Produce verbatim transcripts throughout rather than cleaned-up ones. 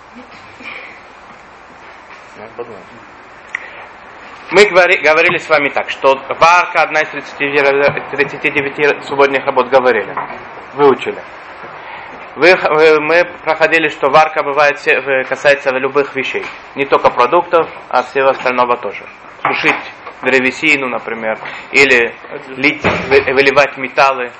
Мы говори, говорили с вами так, что варка одна из тридцати девяти субботних работ говорили. Выучили. Вы, мы проходили, что варка бывает, касается любых вещей. Не только продуктов, а всего остального тоже. Сушить древесину, например, или лить, выливать металлы,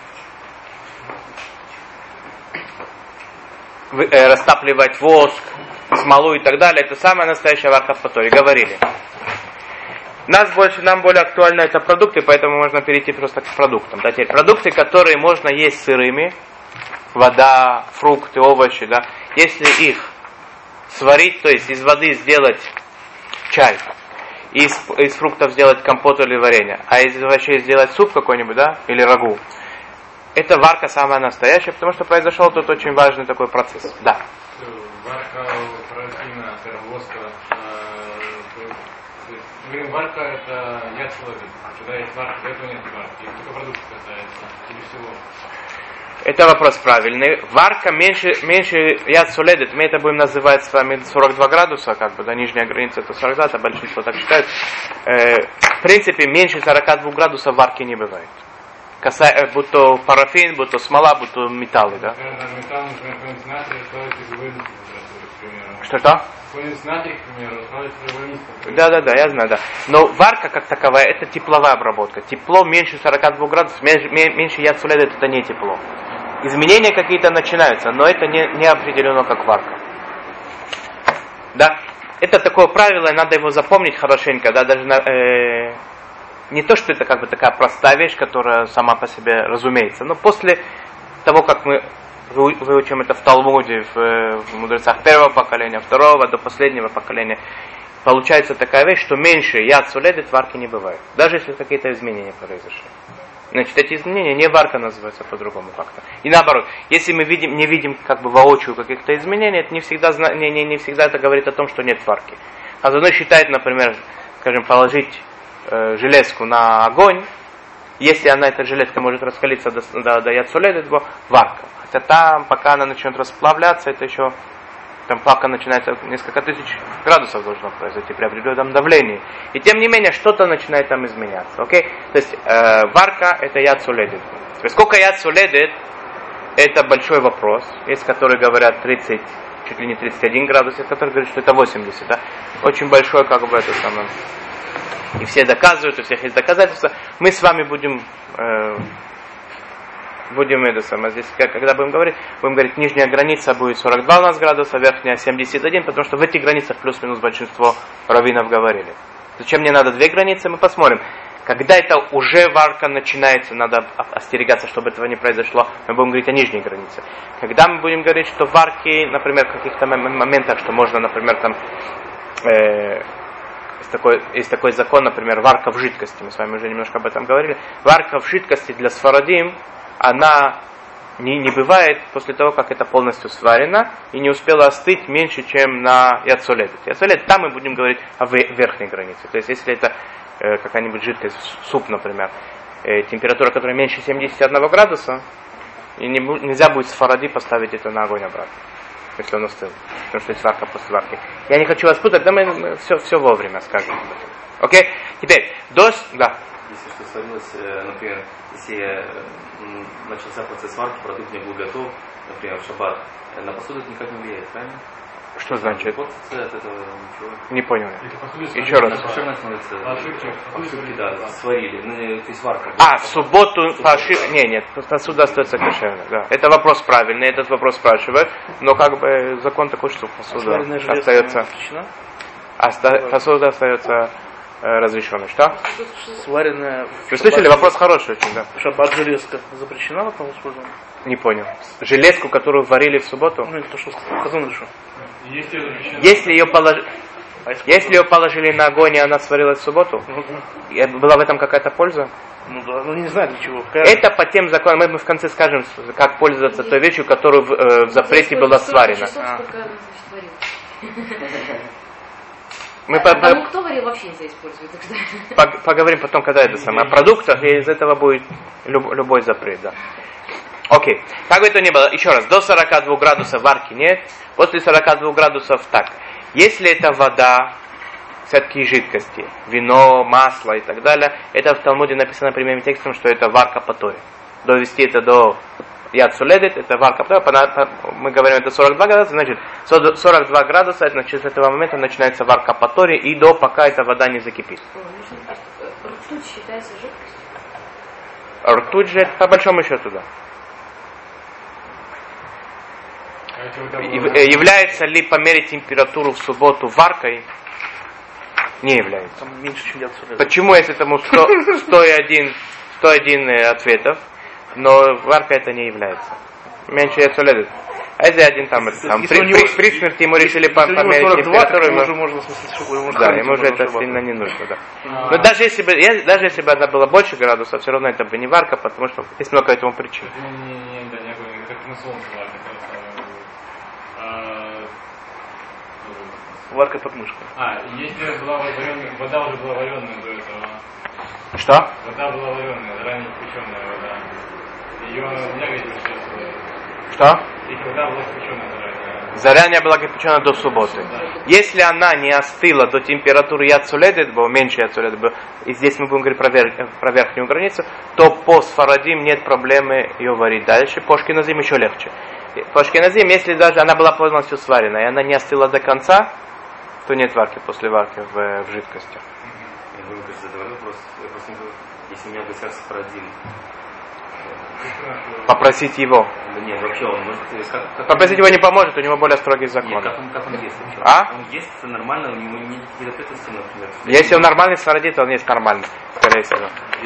вы, э, растапливать воск, смолу и так далее. Это самая настоящая варка в Торе. Говорили. Нас больше, нам более актуально это продукты, поэтому можно перейти просто к продуктам. Да, теперь продукты, которые можно есть сырыми, вода, фрукты, овощи, да, если их сварить, то есть из воды сделать чай, из, из фруктов сделать компот или варенье, а из овощей сделать суп какой-нибудь, да, или рагу, это варка самая настоящая, потому что произошел тут очень важный такой процесс. Да. Варка парафина, воска. Говорим, варка это яд солодит. Когда есть варка, до этого нет варки. Или только продукты касается, или всего. Это вопрос правильный. Варка меньше, меньше яд соледит. Мы это будем называть с вами сорок два градуса, как бы, да, нижняя граница это сорок два, это большинство так считает. Э, в принципе, меньше сорока двух градусов варки не бывает. Касая, будь то парафин, будь то смола, будь то металлы, да? Металл, например, натрий, ставить из воды, Что-что? натрий, к примеру, ставить из воды. Да, да, да, я знаю, да. Но варка как таковая, это тепловая обработка. Тепло меньше сорока двух градусов, меньше, меньше яд соледит, это не тепло. Изменения какие-то начинаются, но это не, не определено как варка. Да? Это такое правило, и надо его запомнить хорошенько, да, даже на, э, не то, что это как бы такая простая вещь, которая сама по себе разумеется, но после того, как мы выучим это в Талмуде, в, в мудрецах первого поколения, второго до последнего поколения, получается такая вещь, что меньше яд соледит, варки не бывает, даже если какие-то изменения произошли. Значит, эти изменения не варка называются по-другому как-то. И наоборот, если мы видим, не видим как бы воочию каких-то изменений, это не всегда, не, не, не всегда это говорит о том, что нет варки. Хазон Иш считает, например, скажем, положить э, железку на огонь, если она, эта железка может раскалиться до, до, до яд соледит, его варка. Хотя там, пока она начнет расплавляться, это еще... Там плавка начинается, несколько тысяч градусов должно произойти при определенном давлении. И тем не менее, что-то начинает там изменяться. Окей? То есть, э, варка это яд соледит. Сколько яд соледит, это большой вопрос. Есть, которые говорят тридцать, чуть ли не тридцать один градус, есть, которые говорят, что это восемьдесят. Да? Очень большой, как бы, это самое. И все доказывают, у всех есть доказательства. Мы с вами будем... Э, Будем это самое, здесь, когда будем говорить, будем говорить, нижняя граница будет сорок два у нас градуса, верхняя семьдесят один, потому что в этих границах плюс-минус большинство раввинов говорили. Зачем мне надо две границы, мы посмотрим. Когда это уже варка начинается, надо остерегаться, чтобы этого не произошло, мы будем говорить о нижней границе. Когда мы будем говорить, что варки, например, в каких-то моментах, что можно, например, там... Э, Есть такой, есть такой закон, например, варка в жидкости, мы с вами уже немножко об этом говорили. Варка в жидкости для сфарадим, она не, не бывает после того, как это полностью сварено и не успела остыть меньше, чем на яд соледит. Яд соледит, там мы будем говорить о верхней границе. То есть, если это э, какая-нибудь жидкость, суп, например, э, температура, которая меньше семьдесят один градуса, и не, нельзя будет сфаради поставить это на огонь обратно, если он остыл, потому что есть варка после варки. Я не хочу вас путать, но мы, мы все, все вовремя скажем. Окей? Теперь, дождь, да. Если что сварилось, например, если начался процесс варки, продукт не был готов, например, в шаббат, на посуду это никак не влияет, правильно? Что значит? От этого ничего. Не понял. Еще раз. Ошибки, да, сварили. Ну, то есть варка. А, в субботу по ошибке. Не, нет, посуда остается кошерной. Да. Это вопрос правильный, этот вопрос спрашивают. Но как бы закон такой, что посуда а остается. Оста... Посуда остается э, разрешенной. Что? Сваренная. Вы слышали? Вопрос хороший очень, да. Шаббат железка запрещена потом использовать? Не понял. Железку, которую варили в субботу? Ну, это что Хазон решил. Если ее положили, если ее положили на огонь, и она сварилась в субботу, ну, да. Была в этом какая-то польза? Ну да, ну не знаю для чего. Какая... Это по тем законам, мы в конце скажем, как пользоваться той вещью, которую в, э, в запрете была сварена. А. Мы а, по, а тому, кто варил, вообще нельзя использовать. По, поговорим потом, когда это самое. О продуктах, и из этого будет люб, любой запрет, да. Окей. Как бы то ни было, еще раз, до сорока двух градусов варки нет, после сорока двух градусов так. Если это вода, все-таки жидкости, вино, масло и так далее, это в Талмуде написано прямым текстом, что это варка по Торе. Довести это до яд суледет, это варка по Торе, мы говорим, это сорок два градуса, значит, сорок два градуса, это, значит, с этого момента начинается варка по Торе, и до, пока эта вода не закипит. Ртуть считается жидкостью? Ртуть же, по большому счету, да. Является ли померить температуру в субботу варкой? Не является. Там меньше, чем яд суледет. Почему, если тому сто, сто один, сто один ответов, но варка это не является? Меньше яд суледет. А если один там, если, там если при, него, при, при смерти ему решили если померить сорок два, температуру, ему, уже можно, в смысле, что, ему да, ему уже это сильно не нужно. Да. Но даже если, бы, даже если бы она была больше градусов, все равно это бы не варка, потому что есть много этому причин. Не, не, не, да, не огонь, как на солнце варка. Варка под мышкой. А, если была вареная, вода уже была вареная до этого. Что? Вода была вареная, заранее кипяченая вода. Ее нельзя говорить сейчас. Что? Если вода была кипяченая заранее. Заранее была кипячена до субботы. Да. Если она не остыла до температуры яд суледет, было меньше яд суледет, и здесь мы будем говорить про, вер, про верхнюю границу, то по сфарадим нет проблемы ее варить дальше. По ашкеназим еще легче. По ашкеназим, если даже она была полностью сварена, и она не остыла до конца, то нет варки после варки в, в жидкости. Я говорю, ты задавай вопрос. Я просто не говорю, если меня гостях сфарадим. Попросить его. Да нет, вообще он может... Как, как Попросить он... его не поможет, у него более строгий закон. Нет, как он, как он ест вообще? А? Он ест, это нормально, у него нет гидропетности, например. Если он нормальный сфарадит, то он есть нормально, скорее всего.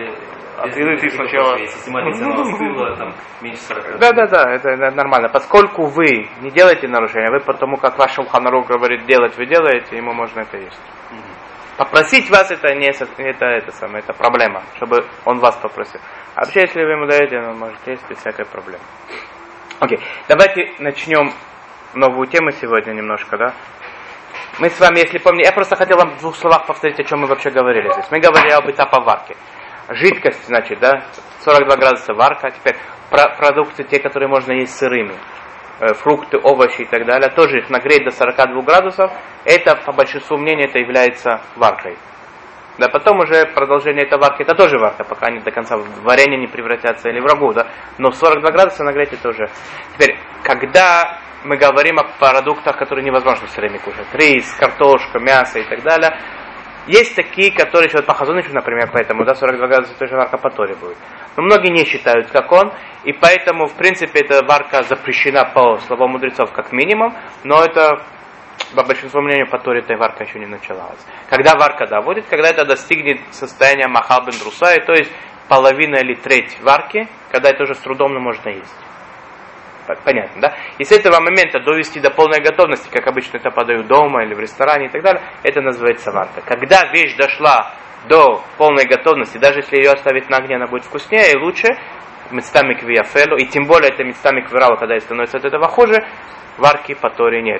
А ты, ты сначала... Если снимать, если оно остыло, там, меньше сорока. Да, да, да, это, это нормально. Поскольку вы не делаете нарушения, вы потому как ваш Шулхан Арух говорит делать, вы делаете, ему можно это есть. Угу. Попросить вас это не это, это самое, это проблема, чтобы он вас попросил. А вообще, если вы ему даете, он может есть без всякой проблемы. Окей, давайте начнем новую тему сегодня немножко, да? Мы с вами, если помните, я просто хотел вам в двух словах повторить, о чем мы вообще говорили здесь. Мы говорили об этапе варки. Жидкость, значит, да, сорок два градуса варка. Теперь про продукты, те, которые можно есть сырыми, фрукты, овощи и так далее, тоже их нагреть до сорока двух градусов, это, по большинству мнений, это является варкой. Да, потом уже продолжение этой варки, это тоже варка, пока они до конца в варенье не превратятся или в рагу, да, но сорок два градуса нагреть это уже. Теперь, когда мы говорим о продуктах, которые невозможно сырыми кушать, рис, картошка, мясо и так далее, есть такие, которые еще вот по Хазонычу, например, поэтому, да, сорок два градуса тоже варка по Торе будет. Но многие не считают, как он, и поэтому, в принципе, эта варка запрещена по словам мудрецов как минимум, но это, по большинству мнению, по Торе эта варка еще не началась. Когда варка доводит, когда это достигнет состояния махал бен друсай, то есть половина или треть варки, когда это уже с трудом можно есть. Понятно, да? И с этого момента довести до полной готовности, как обычно это подают дома или в ресторане и так далее, это называется варка. Когда вещь дошла до полной готовности, даже если ее оставить на огне, она будет вкуснее и лучше, мецтами квияфелу, и тем более это мецтами квирала, когда становится от этого хуже, варки по Торе нет.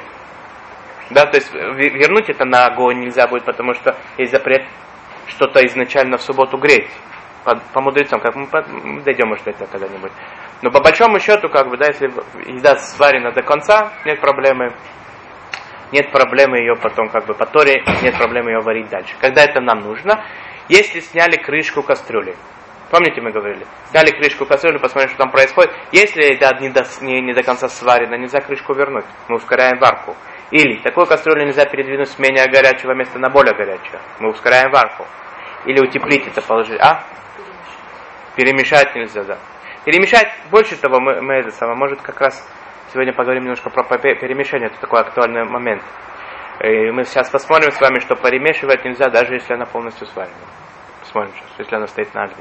Да, то есть вернуть это на огонь нельзя будет, потому что есть запрет что-то изначально в субботу греть. По, по мудрецам, как мы дойдем, может, до этого когда-нибудь. Но по большому счету, как бы, да, если еда сварена до конца, нет проблемы. Нет проблемы ее потом, как бы, по Торе, нет проблемы ее варить дальше. Когда это нам нужно, если сняли крышку кастрюли. Помните, мы говорили? Сняли крышку кастрюли, посмотрели, что там происходит. Если еда не до, не, не до конца сварена, нельзя крышку вернуть. Мы ускоряем варку. Или такую кастрюлю нельзя передвинуть с менее горячего места на более горячее. Мы ускоряем варку. Или утеплить это положить. А? Перемешать нельзя, да. Перемешать, больше того, мы, мы это самое, может, как раз сегодня поговорим немножко про перемешание, это такой актуальный момент. И мы сейчас посмотрим с вами, что перемешивать нельзя, даже если она полностью сварена. Посмотрим сейчас, если она стоит на огне.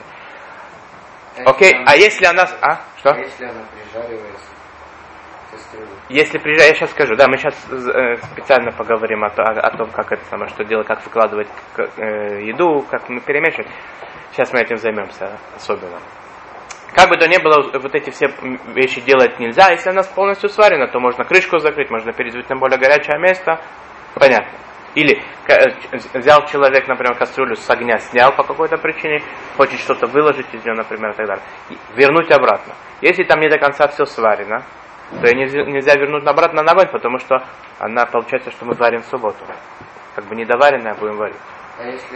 А Окей, если она, а если она... А? Что? А если она прижаривается в кастрюле? Если прижать, я сейчас скажу, да, мы сейчас э, специально поговорим о, о, о том, как это самое, что делать, как выкладывать э, еду, как мы перемешивать. Сейчас мы этим займемся особенно. Как бы то ни было, вот эти все вещи делать нельзя. Если она полностью сварена, то можно крышку закрыть, можно передвинуть на более горячее место. Понятно. Или взял человек, например, кастрюлю с огня, снял по какой-то причине, хочет что-то выложить из нее, например, и так далее. И вернуть обратно. Если там не до конца все сварено, то ее нельзя вернуть обратно на огонь, потому что она, получается, что мы варим в субботу. Как бы недоваренная будем варить. А если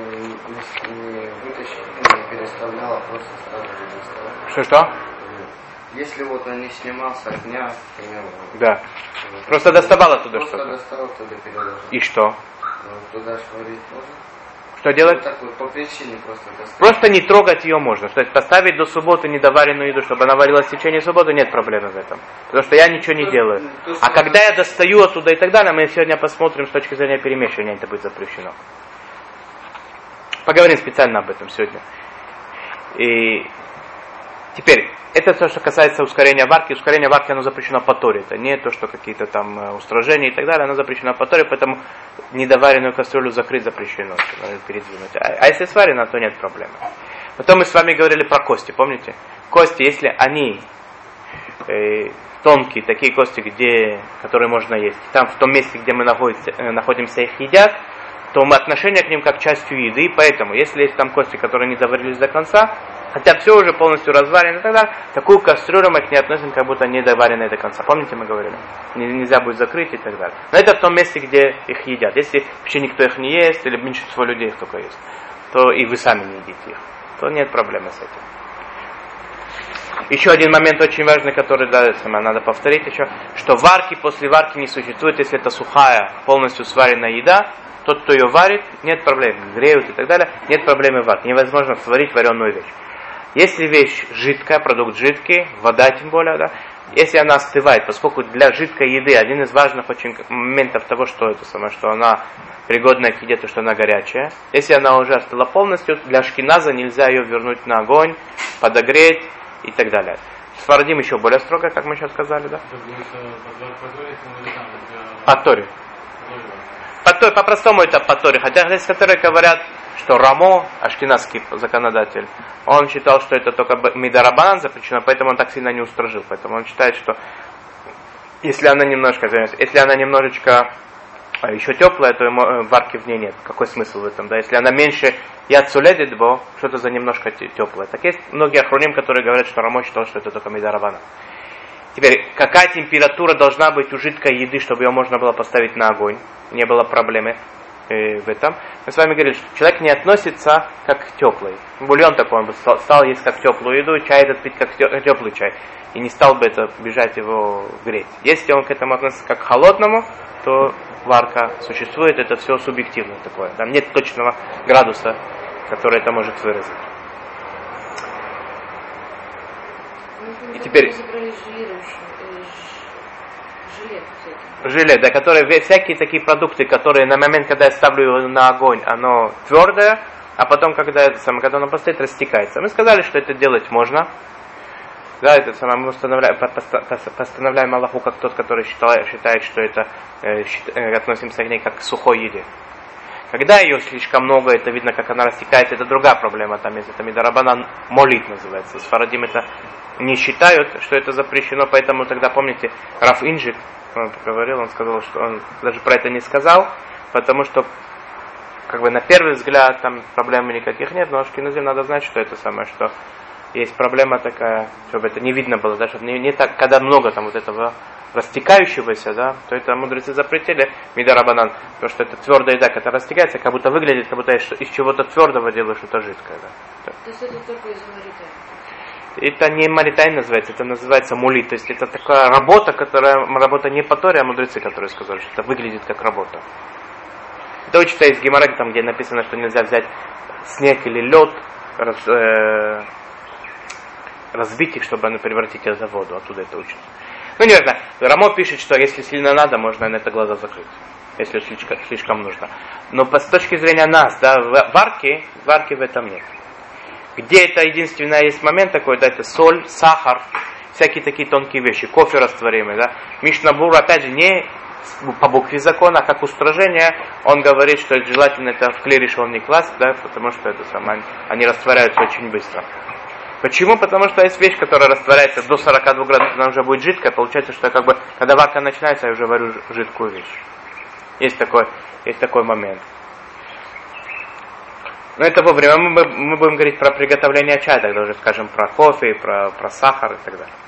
не вытащил, не переставлял, а просто ставил и Что-что? Если вот он не снимал с огня, примерно. Да. Просто доставал оттуда просто что-то. Просто достал, туда переложил. И что? Ну, туда шварить можно? Что делать? Ну, так вот, по причине просто достал. Просто не трогать ее можно. То есть поставить до субботы недоваренную еду, чтобы она варилась в течение субботы, нет проблемы в этом. Потому что я ничего не делаю. А когда я достаю оттуда и так далее, мы сегодня посмотрим с точки зрения перемешивания, это будет запрещено. Поговорим специально об этом сегодня. И теперь, это то, что касается ускорения варки. Ускорение варки, оно запрещено по Торе. Это не то, что какие-то там устражения и так далее, оно запрещено по Торе, поэтому недоваренную кастрюлю закрыть запрещено, передвинуть. А, а если сварено, то нет проблемы. Потом мы с вами говорили про кости, помните? Кости, если они э, тонкие, такие кости, где, которые можно есть, там в том месте, где мы находимся, э, находимся, их едят, то мы отношение к ним как к частью еды, поэтому, если есть там кости, которые не доварились до конца, хотя все уже полностью разварено и так далее, такую кастрюлю мы к ней относим, как будто не доваренная до конца. Помните, мы говорили? Нельзя будет закрыть и так далее. Но это в том месте, где их едят. Если вообще никто их не ест, или меньшинство людей их только ест, то и вы сами не едите их, то нет проблемы с этим. Еще один момент очень важный, который да, надо повторить еще, что варки после варки не существует, если это сухая, полностью сваренная еда. Тот, кто ее варит, нет проблем, греют и так далее, нет проблемы в варке. Невозможно сварить вареную вещь. Если вещь жидкая, продукт жидкий, вода тем более, да, если она остывает, поскольку для жидкой еды один из важных очень моментов того, что это самое, что она пригодна к еде, то что она горячая. Если она уже остыла полностью, для ашкеназа нельзя ее вернуть на огонь, подогреть и так далее. Сфарадим еще более строго, как мы сейчас сказали, да? По Торе. По, по-простому это по Торе. Хотя есть, которые говорят, что Рамо, ашкеназский законодатель, он считал, что это только мидарабанан запрещено, поэтому он так сильно не устражил. Поэтому он считает, что если она немножко, если она немножечко еще теплая, то варки в ней нет. Какой смысл в этом? Да? Если она меньше яцуледит, бо что-то за немножко теплое. Так есть многие ахроним, которые говорят, что Рамо считал, что это только мидарабанан. Теперь, какая температура должна быть у жидкой еды, чтобы ее можно было поставить на огонь? Не было проблемы э, в этом. Мы с вами говорили, что человек не относится как к теплой. Бульон такой, он бы стал, стал есть как теплую еду, чай этот пить как теплый чай. И не стал бы это бежать его греть. Если он к этому относится как к холодному, то варка существует, это все субъективно такое. Там нет точного градуса, который это может выразить. И теперь желе, да, которые всякие такие продукты, которые на момент, когда я ставлю его на огонь, оно твердое, а потом, когда это самое, когда оно постоит, растекается. Мы сказали, что это делать можно. Да, это самое, мы постановляем, постановляем Аллаху как тот, который считает, считает что это э, считает, относимся к ней как к сухой еде. Когда ее слишком много, это видно, как она растекается, это другая проблема. Там есть это мидарабанан молит называется. Сфарадим это не считают, что это запрещено, поэтому тогда, помните, Раф Инжик, он говорил, он сказал, что он даже про это не сказал, потому что, как бы на первый взгляд, там проблем никаких нет, но ашкеназим надо знать, что это самое, что есть проблема такая, чтобы это не видно было, да, чтобы не, не так, когда много там вот этого растекающегося, да, то это мудрецы запретили мидарабанан, потому что это твердая еда, когда растекается, как будто выглядит, как будто из чего-то твердого делаешь что-то жидкое, да. То есть это только из маритайна? Это не маритайн называется, это называется мулит. То есть это такая работа, которая работа не по Торе, а мудрецы, которые сказали, что это выглядит как работа. Это учится из Гемара, там где написано, что нельзя взять снег или лед, раз, э, разбить их, чтобы они превратить их в воду. Оттуда это учится. Ну, не важно. Рамо пишет, что если сильно надо, можно на это глаза закрыть, если слишком, слишком нужно. Но по, с точки зрения нас, да, варки, варки в этом нет. Где это единственное есть момент такой, да, это соль, сахар, всякие такие тонкие вещи, кофе растворимый, да. Мишна Бура, опять же, не по букве закона, а как устражение, он говорит, что желательно это в клиришон не класть, да, потому что это самое, они растворяются очень быстро. Почему? Потому что есть вещь, которая растворяется до сорока двух градусов, она уже будет жидкая, получается, что как бы, когда варка начинается, я уже варю жидкую вещь. Есть такой, есть такой момент. Но это вовремя. Мы, мы будем говорить про приготовление чая, тогда уже скажем про кофе, про, про сахар и так далее.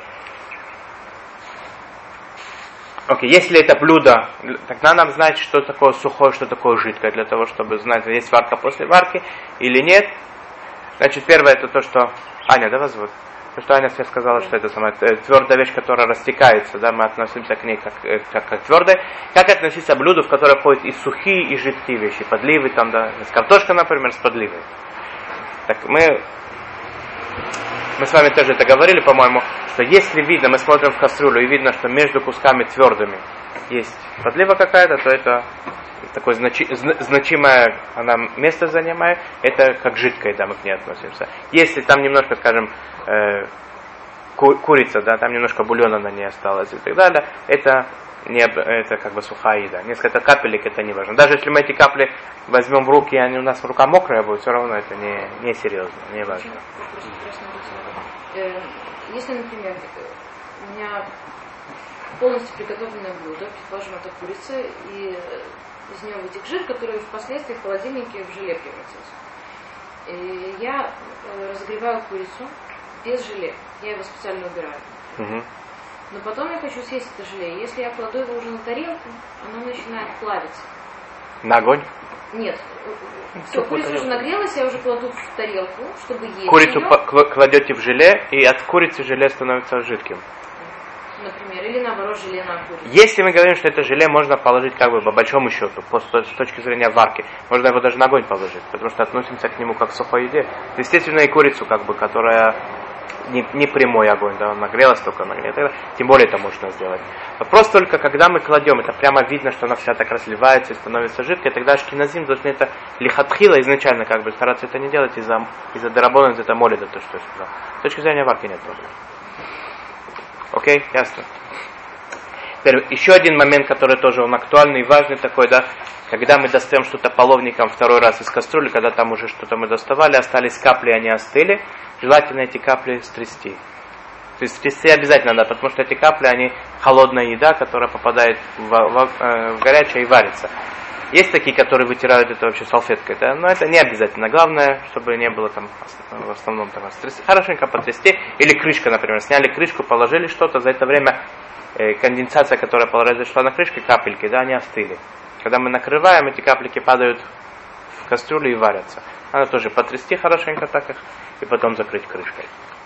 Окей, okay. Если это блюдо, тогда нам знать, что такое сухое, что такое жидкое, для того, чтобы знать, есть варка после варки или нет. Значит, первое это то, что... Аня, да, вас зовут? То, что Аня сейчас сказала, что это самая твердая вещь, которая растекается, да, мы относимся к ней как, как, как твердой. Как относиться к блюду, в которое входят и сухие, и жидкие вещи, подливы там, да, с картошкой, например, с подливой. Так мы, мы с вами тоже это говорили, по-моему, что если видно, мы смотрим в кастрюлю и видно, что между кусками твердыми есть подлива какая-то, то это такое значи, значимое она место занимает, это как жидкое, да, мы к ней относимся. Если там немножко, скажем, э, ку, курица, да, там немножко бульона на ней осталось и так далее, это, не, это как бы сухая еда. Несколько капелек, это не важно. Даже если мы эти капли возьмем в руки, и они у нас рука мокрая будет, все равно это не, не серьезно, не важно. Если, например, у меня полностью приготовленное блюдо, предположим, это курица, и из нее вытек жир, который впоследствии в холодильнике в желе превратился. И я разогреваю курицу без желе. Я его специально убираю. Угу. Но потом я хочу съесть это желе. Если я кладу его уже на тарелку, оно начинает плавиться. На огонь? Нет. Все, курица уже нагрелась, я уже кладу в тарелку, чтобы есть. Курицу ее. По- кладете в желе, и от курицы желе становится жидким. Например, или наоборот желе на курицу. Если мы говорим, что это желе можно положить как бы по большому счету, по, с точки зрения варки, можно его даже на огонь положить, потому что относимся к нему как к сухой еде. Естественно, и курицу, как бы, которая не, не прямой огонь, да, он нагрелась только нагрелась, тем более это можно сделать. Вопрос только, когда мы кладем, это прямо видно, что она вся так разливается и становится жидкой, тогда ашкеназим должны это лихатхила изначально как бы стараться это не делать, из-за, из-за дарабона, из-за моли, за то, что я сказал. С точки зрения варки нет проблем. Окей, okay, ясно. Теперь еще один момент, который тоже он актуальный и важный такой, да, когда мы достаем что-то половником второй раз из кастрюли, когда там уже что-то мы доставали, остались капли, они остыли, желательно эти капли стрясти. То есть стрясти обязательно надо, потому что эти капли, они холодная еда, которая попадает в, в, в горячее и варится. Есть такие, которые вытирают это вообще салфеткой, да? Но это не обязательно. Главное, чтобы не было там в основном там стрясти. Хорошенько потрясти. Или крышка, например. Сняли крышку, положили что-то. За это время э, конденсация, которая произошла на крышке, капельки, да, они остыли. Когда мы накрываем, эти капельки падают в кастрюлю и варятся. Надо тоже потрясти хорошенько так их и потом закрыть крышкой.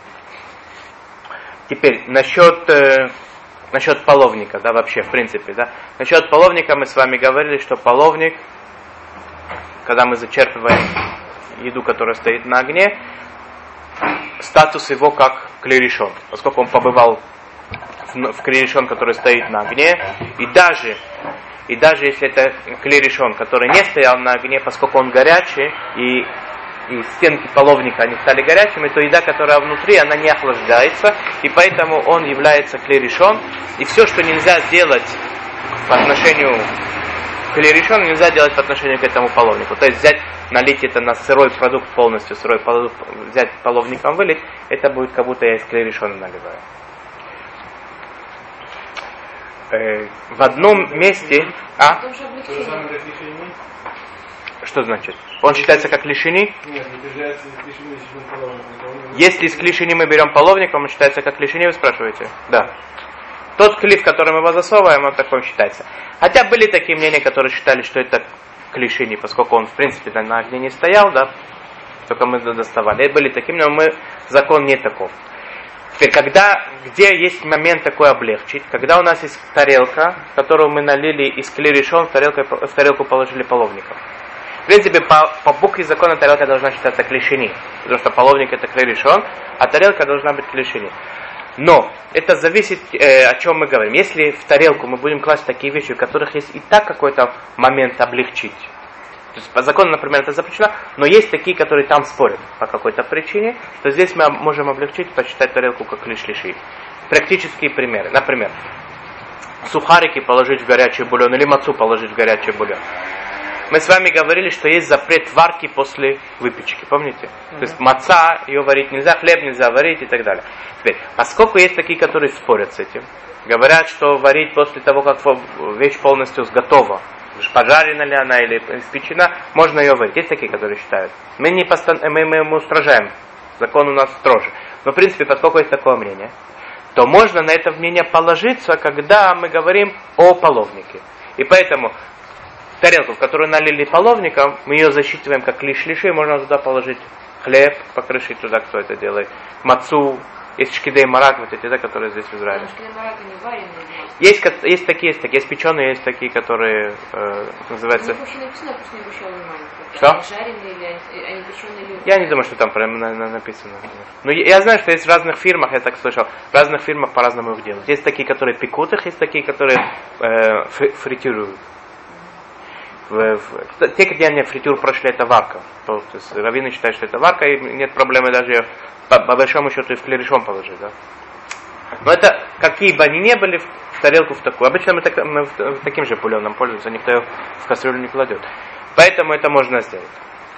Теперь насчет... Э, Насчет половника, да, вообще, в принципе, да. Насчет половника мы с вами говорили, что половник, когда мы зачерпываем еду, которая стоит на огне, статус его как клерешон, поскольку он побывал в, в клерешон, который стоит на огне, и даже, и даже если это клерешон, который не стоял на огне, поскольку он горячий, и и стенки половника они стали горячими, то еда, которая внутри, она не охлаждается, и поэтому он является клерешон. И все, что нельзя делать по отношению к клерешону, нельзя делать по отношению к этому половнику. То есть взять, налить это на сырой продукт полностью, сырой продукт взять половником вылить, это будет как будто я из клерешона наливаю. Э, в одном месте... А? Что значит? Он считается как лишини? Нет, не является лишини, если из клишини мы берем половник, он считается как лишини, вы спрашиваете? Да. Тот клей, в который мы его засовываем, он такой считается. Хотя были такие мнения, которые считали, что это клишини, поскольку он в принципе на огне не стоял, да, только мы доставали. И были такие мнения, но мы, закон не таков. Теперь, когда, где есть момент такой облегчить, когда у нас есть тарелка, которую мы налили из клерешон, в тарелку, в тарелку положили половником. В принципе, по, по букве закона тарелка должна считаться клешини, потому что половник это клерешон, а тарелка должна быть клешини. Но это зависит, э, о чем мы говорим. Если в тарелку мы будем класть такие вещи, у которых есть и так какой-то момент облегчить, то есть по закону, например, это запрещено, но есть такие, которые там спорят по какой-то причине, то здесь мы можем облегчить, посчитать тарелку как клеш-лиши. Практические примеры. Например, сухарики положить в горячий бульон или мацу положить в горячий бульон. Мы с вами говорили, что есть запрет варки после выпечки, помните? Mm-hmm. То есть маца, ее варить нельзя, хлеб нельзя варить и так далее. Теперь, поскольку есть такие, которые спорят с этим, Говорят, что варить после того, как вещь полностью готова, пожарена ли она или испечена, можно ее варить. Есть такие, которые считают. Мы не постан... мы, мы, мы устражаем. Закон у нас строже. Но, в принципе, поскольку есть такое мнение, то можно на это мнение положиться, когда мы говорим о половнике. И поэтому тарелку, в которую налили половником, мы ее засчитываем как лиш-лиши, можно туда положить хлеб, покрышить туда, кто это делает, мацу, есть шкидей марак, вот эти, да, которые здесь в Израиле. Есть, есть такие, есть такие, есть печеные, есть такие, которые э, называются... Написано, просто не обращал внимания. Что? Жареные или они печеные или... Я не думаю, что там прям на, на, написано. Но я, я знаю, что есть в разных фирмах, я так слышал, в разных фирмах по-разному их делают. Есть такие, которые пекут их, есть такие, которые э, фри, фритюруют. В, в, те, где они фритюр прошли, это варка. То, то есть раввины считают, что это варка, и нет проблемы даже ее по, по большому счету и в клеришон положить. Да? Но это, какие бы они ни были, в тарелку в такую. Обычно мы, так, мы в, в таким же бульоном пользуемся, никто ее в кастрюлю не кладет. Поэтому это можно сделать.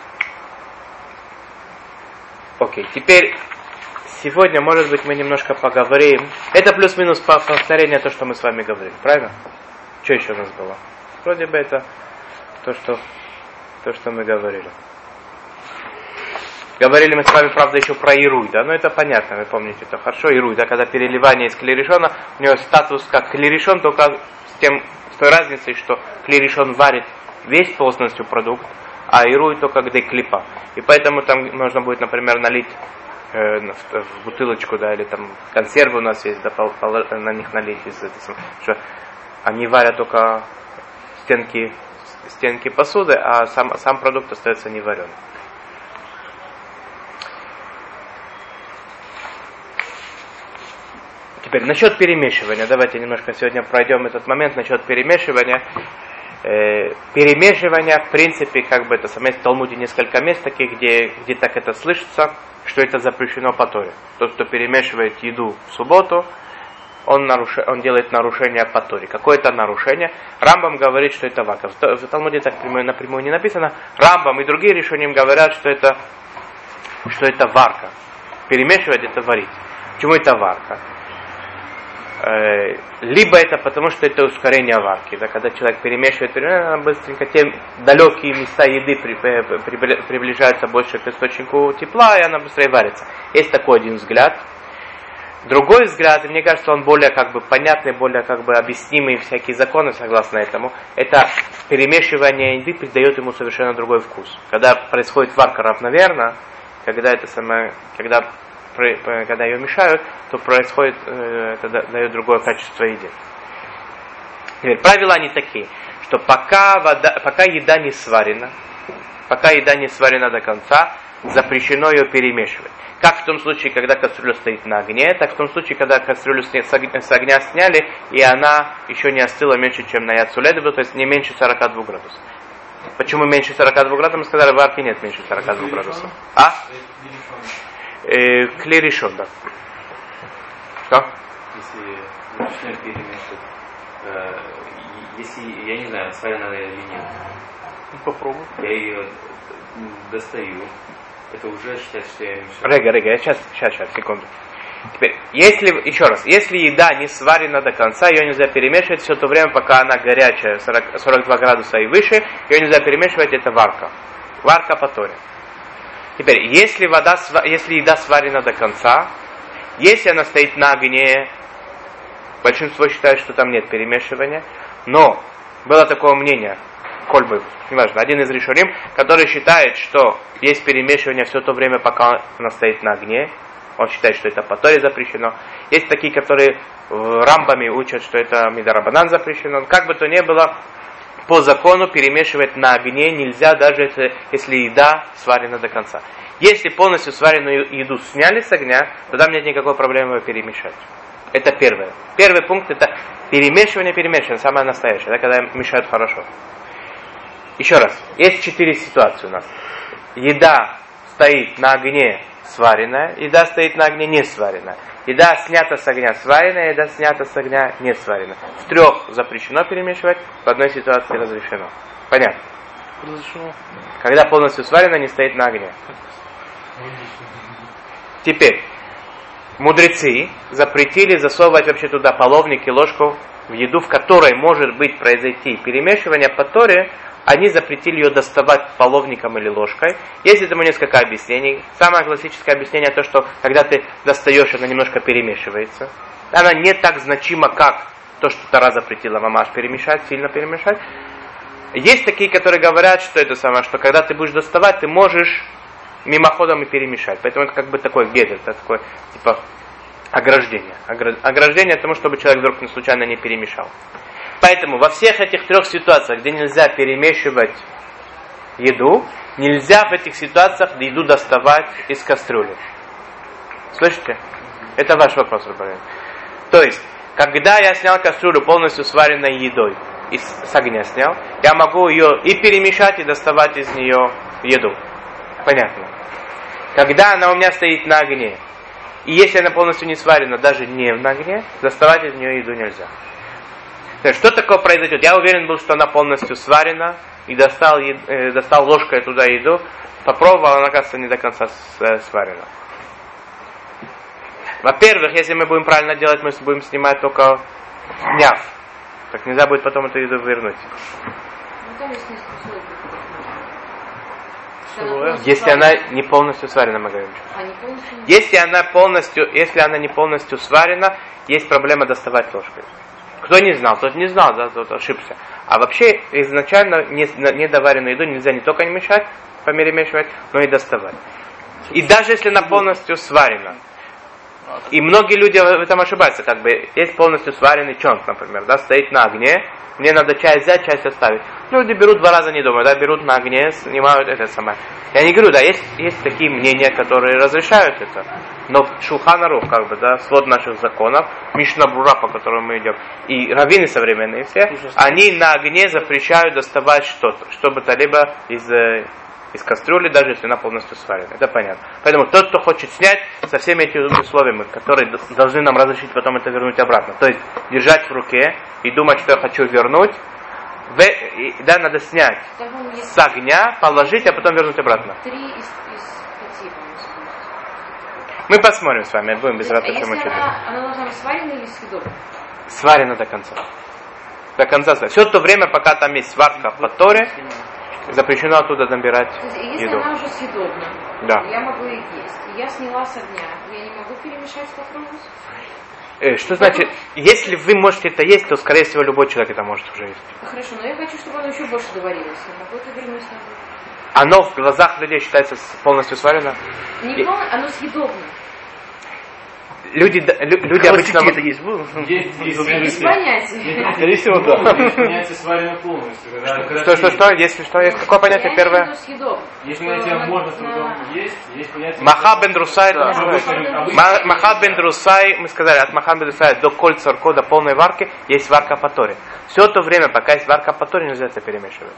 Окей, теперь сегодня, может быть, мы немножко поговорим. Это плюс-минус повторение то, что мы с вами говорили, правильно? Что еще у нас было? Вроде бы это то, что, то, что мы говорили. Говорили мы с вами, правда, еще про ируй, да, но это понятно, вы помните это хорошо, ируй, да, когда переливание из клеришона, у него статус как клеришон, только с, тем, с той разницей, что клеришон варит весь полностью продукт, а ируй только где клипа. И поэтому там можно будет, например, налить э, в, в бутылочку, да, или там консервы у нас есть, да, пол, пол, на них налить, из, что они варят только стенки, стенки посуды, а сам, сам продукт остается невареным. Теперь, насчет перемешивания. Давайте немножко сегодня пройдем этот момент насчет перемешивания. Э, перемешивание, в принципе, как бы это самое, в Талмуде несколько мест таких, где, где так это слышится, что это запрещено по Торе. Тот, кто перемешивает еду в субботу, он, наруш... он делает нарушение по Торе. Какое-то нарушение. Рамбам говорит, что это вака. В Талмуде так прямую, напрямую не написано. Рамбам и другие решения говорят, что это, что это варка. Перемешивать это варить. Почему это варка? Либо это потому, что это ускорение варки, да, когда человек перемешивает, перемешивает быстренько, те далекие места еды при, при, приближаются больше к источнику тепла, и она быстрее варится. Есть такой один взгляд. Другой взгляд, и мне кажется, он более как бы понятный, более как бы объяснимый, всякие законы согласно этому, это перемешивание еды придает ему совершенно другой вкус. Когда происходит варка равномерно, когда это самое, когда когда ее мешают, то происходит, это дает другое качество еды. Теперь, правила они такие, что пока, вода, пока еда не сварена, пока еда не сварена до конца, запрещено ее перемешивать. Как в том случае, когда кастрюля стоит на огне, так в том случае, когда кастрюлю с огня сняли, и она еще не остыла меньше, чем на яцуледову, то есть не меньше сорока двух градусов. Почему меньше сорока двух градусов? Мы сказали, в варке нет меньше сорока двух градусов. А? Клеришон, да. Что? Если начинаем перемешивать, э, если, я не знаю, сварена или нет. Ну, попробуй. Я ее достаю. Это уже считается, что я мешаю. Рега, рега, я сейчас, сейчас, сейчас, секунду. Теперь, если, еще раз, если еда не сварена до конца, ее нельзя перемешивать все то время, пока она горячая, сорок, сорок два градуса и выше, ее нельзя перемешивать, это варка. Варка по Торе. Теперь, если, вода, если еда сварена до конца, если она стоит на огне, большинство считает, что там нет перемешивания, но было такое мнение, кольбы, неважно, один из решоним, который считает, что есть перемешивание все то время, пока она стоит на огне, он считает, что это по Торе запрещено. Есть такие, которые в Рамбаме учат, что это мидарабанан запрещено. Как бы то ни было, по закону перемешивать на огне нельзя, даже если, если еда сварена до конца. Если полностью сваренную еду сняли с огня, то там нет никакой проблемы ее перемешать. Это первое. Первый пункт — это перемешивание, перемешивание, самое настоящее, да, когда мешают хорошо. Еще раз, есть четыре ситуации у нас. Еда стоит на огне сваренная, еда стоит на огне не сваренная. Еда снята с огня сваренная, еда снята с огня не сваренная. В трех запрещено перемешивать, в одной ситуации разрешено. Понятно? Разрешено. Когда полностью сварено, не стоит на огне. Теперь, мудрецы запретили засовывать вообще туда половник и ложку в еду, в которой может быть произойти перемешивание по Торе. Они запретили ее доставать половником или ложкой. Есть этому несколько объяснений. Самое классическое объяснение то, что когда ты достаешь, она немножко перемешивается. Она не так значима, как то, что Тора запретила мамаш перемешать, сильно перемешать. Есть такие, которые говорят, что это самое, что когда ты будешь доставать, ты можешь мимоходом и перемешать. Поэтому это как бы такой гет, это такое типа ограждение. Ограждение тому, чтобы человек вдруг случайно не перемешал. Поэтому во всех этих трех ситуациях, где нельзя перемешивать еду, нельзя в этих ситуациях еду доставать из кастрюли. Слышите? Это ваш вопрос, Рабарин. То есть, когда я снял кастрюлю полностью сваренной едой, и с огня снял, я могу ее и перемешать, и доставать из нее еду. Понятно? Когда она у меня стоит на огне, и если она полностью не сварена, даже не на огне, доставать из нее еду нельзя. Что такое произойдет? Я уверен был, что она полностью сварена, и достал, э, достал ложкой туда еду, попробовал, она, кажется, не до конца сварена. Во-первых, если мы будем правильно делать, мы будем снимать только сняв. Так нельзя будет потом эту еду вернуть. Если она не полностью сварена, мы говорим. А, не полностью... Если она полностью, если она не полностью сварена, есть проблема доставать ложкой. Кто не знал, тот не знал, да, тот ошибся. А вообще, изначально недоваренную еду нельзя не только не мешать, померемешивать, но и доставать. И даже если она полностью сварена. И многие люди в этом ошибаются, как бы, есть полностью сваренный чонг, например, да, стоит на огне, мне надо часть взять, часть оставить. Люди берут два раза не дома, да, берут на огне, снимают это самое. Я не говорю, да, есть, есть такие мнения, которые разрешают это, но Шулхан Арух, как бы, да, свод наших законов, Мишна Брура, по которому мы идем, и раввины современные все, они на огне запрещают доставать что-то, что бы то либо из... из кастрюли, даже если она полностью сварена. Это понятно. Поэтому тот, кто хочет снять, со всеми этими условиями, которые должны нам разрешить потом это вернуть обратно. То есть держать в руке и думать, что я хочу вернуть, в, и, да, надо снять с огня, положить, а потом вернуть обратно. Три из, из пяти, мы посмотрим с вами, будем без рата. А если она, она должна быть сварена или съедобна? Сварена до конца. До конца. Все то время, пока там есть сварка по Торе, запрещено оттуда набирать есть, если еду. Если она уже съедобна, да. Я могу ее есть, и я сняла с огня, я не могу перемешать попробовать? Э, что значит, если вы можете это есть, то, скорее всего, любой человек это может уже есть. Хорошо, но я хочу, чтобы оно еще больше доварилось. Я могу это вернуть назад. Оно в глазах людей считается полностью сварено? Не полностью, оно съедобно. Люди, люди обычно... это есть? Есть, есть, есть понятие. Скорее всего, да. Есть понятие сварено полностью. Что, что, что? Если что, есть какое понятие первое? Есть понятие можно с трудом есть, есть понятие... Маха бен Друсай, Маха бен Друсай, мы сказали, от Маха бен Друсай до коль царко, до полной варки, есть варка по Торе. Все то время, пока есть варка по Торе, нельзя это перемешивать.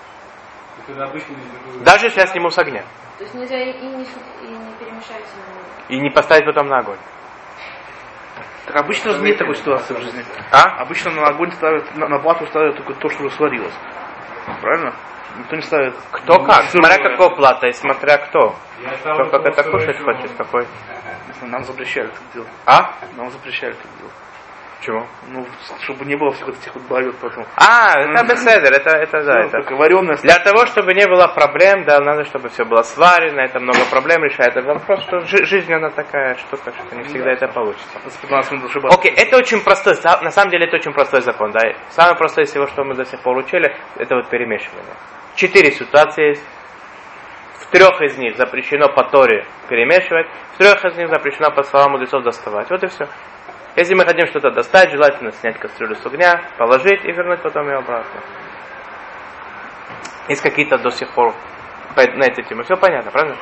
Даже если я сниму с огня. То есть нельзя и не, и не перемешать. И не поставить потом на огонь. Так обычно нет такой ситуации в жизни. А? Обычно на огонь ставят, на, на плату ставят только то, что уже сварилось. Правильно? Никто не ставит. Кто как? Смотря какого плата и смотря кто. Кто как это кушать хочет, какой. Нам запрещали это делать. А? Нам запрещали это делать. Почему? Ну, чтобы не было всех этих вот байот потом. А, это беседер, это, это да, ну, это. Вареное. Для того, чтобы не было проблем, да, надо, чтобы все было сварено, это много проблем решает. Это вопрос, что жи- жизнь, она такая штука, что не всегда это получится. Окей, okay, это очень простой, на самом деле это очень простой закон, да. Самое простое из всего, что мы до сих пор учили, это вот перемешивание. Четыре ситуации есть. В трех из них запрещено по Торе перемешивать, в трех из них запрещено по словам мудрецов доставать. Вот и все. Если мы хотим что-то достать, желательно снять кастрюлю с огня, положить и вернуть потом ее обратно. Есть какие-то до сих пор на эти темы. Все понятно, правда?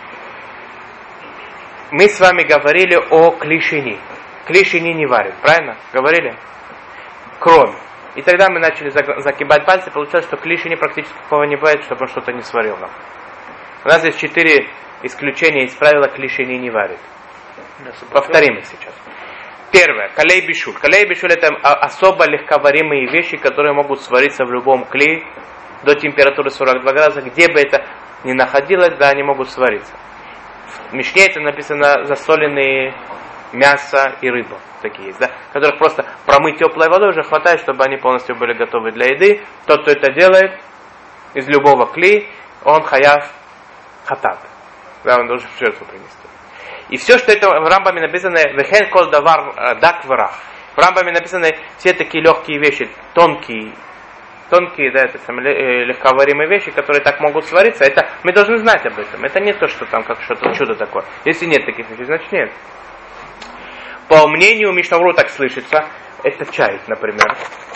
Мы с вами говорили о клишини. Клишини не варит, правильно? Говорили? Кроме. И тогда мы начали загибать пальцы, получилось, что клишини практически такого не бывает, чтобы он что-то не сварил нам. У нас есть четыре исключения из правила клишини не варит. Повторим их сейчас. Первое. Калей бишуль. Калей бишуль это особо легковаримые вещи, которые могут свариться в любом клее до температуры сорок два градуса. Где бы это ни находилось, да, они могут свариться. В Мишне это написано засоленные мясо и рыба. Такие есть, да? Которых просто промыть теплой водой уже хватает, чтобы они полностью были готовы для еды. Тот, кто это делает, из любого кли, он хаяв хатат. Да, он должен в жертву принести. И все, что это в Рамбаме написано, вехен кол давар дак врах. В Рамбаме написаны все такие легкие вещи, тонкие, тонкие, да, это самые легковаримые вещи, которые так могут свариться. Это мы должны знать об этом. Это не то, что там как что-то чудо такое. Если нет таких вещей, значит нет. По мнению Мишнавру так слышится, это чай, например,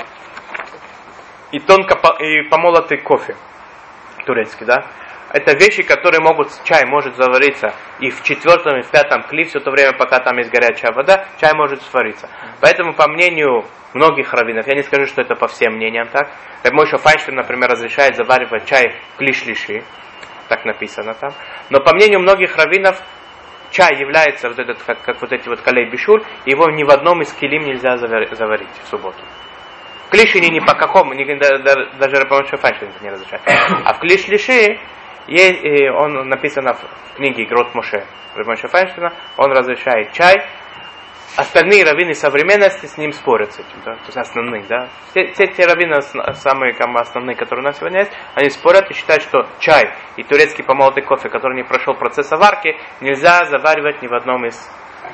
и тонко по, и помолотый кофе турецкий, да. Это вещи, которые могут, чай может завариться и в четвертом, и в пятом кли, все то время, пока там есть горячая вода, чай может свариться. Поэтому, по мнению многих раввинов, я не скажу, что это по всем мнениям так, Рав Мойше Файнштейн, например, разрешает заваривать чай в кли шлиши, так написано там, но по мнению многих раввинов, чай является вот этот, как, как вот эти вот калей бишуль, его ни в одном из килим нельзя заварить в субботу. В кли шлиши ни по какому, ни, даже Рав Мойше Файнштейн не разрешает. А в кли шлиши Есть, он написано в книге Грот Моше Рав Мойше Файнштейна, он разрешает чай. Остальные раввины современности с ним спорят с этим, да? То есть основные, да. Те, те, те раввины, самые основные, которые у нас сегодня есть, они спорят и считают, что чай и турецкий помолотый кофе, который не прошел процесс варки, нельзя заваривать ни в одном из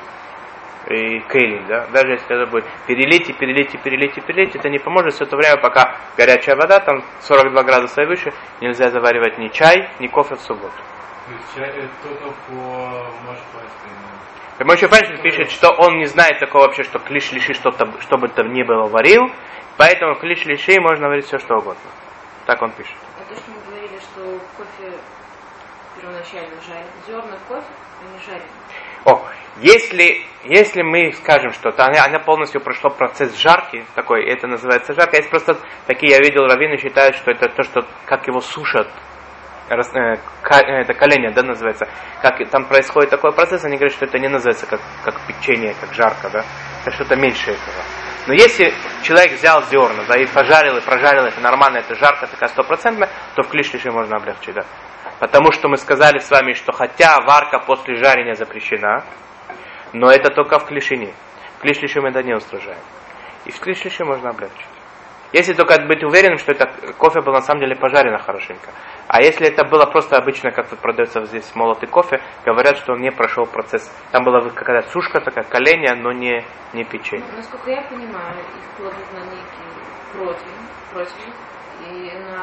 и кейлин, да, даже если это будет перелить и перелить и перелить и перелить, это не поможет все это время, пока горячая вода, там сорок два градуса и выше, нельзя заваривать ни чай, ни кофе в субботу. То есть чай это только по Мойше Мойше Файнштейн пишет, что он не знает такого вообще, что кли шлиши что-то, что бы там ни было варил, поэтому кли шлиши можно варить все что угодно. Так он пишет. А то, что мы говорили, что кофе первоначально жарен, зерна кофе, они жарены. О, если, если мы скажем что-то, она, она полностью прошла процесс жарки, такой, это называется жарка. Есть просто такие, я видел, раввины считают, что это то, что как его сушат, рас, э, ка, это колени, да, называется, как там происходит такой процесс, они говорят, что это не называется как, как печенье, как жарко, да, это что-то меньше этого. Но если человек взял зерна, да, и пожарил, и прожарил, это нормально, это жарко, такая стопроцентная, то в кли шлиши можно облегчить, да. Потому что мы сказали с вами, что хотя варка после жарения запрещена, но это только в кли шлиши. В кли шлиши мы это не устражаем. И в кли шлиши можно облегчить. Если только быть уверенным, что это кофе было на самом деле пожарено хорошенько. А если это было просто обычно, как вот продается здесь молотый кофе, говорят, что он не прошел процесс. Там была какая-то сушка, такая коленя, но не, не печенье. Ну, насколько я понимаю, их кладут на некий противень, противень и на...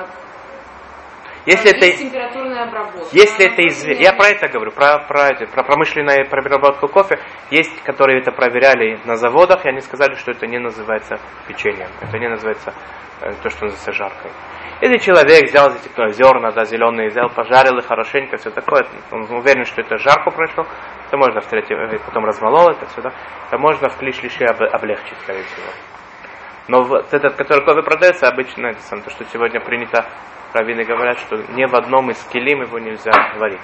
Если это, температурная обработка. Если это известно, я про это говорю, про, про, про промышленную переработку кофе. Есть, которые это проверяли на заводах, и они сказали, что это не называется печеньем, это не называется э, то, что называется жаркой. Если человек взял эти ну, зерна, да, зеленые, взял, пожарил их хорошенько, все такое, он уверен, что это жарко прошло, то можно в третьем, потом размолол это все, да, то можно в кли шлиши облегчить, скорее всего. Но вот этот, который кофе продается, обычно, это сам, то, что сегодня принято, раввины говорят, что ни в одном из килим его нельзя варить.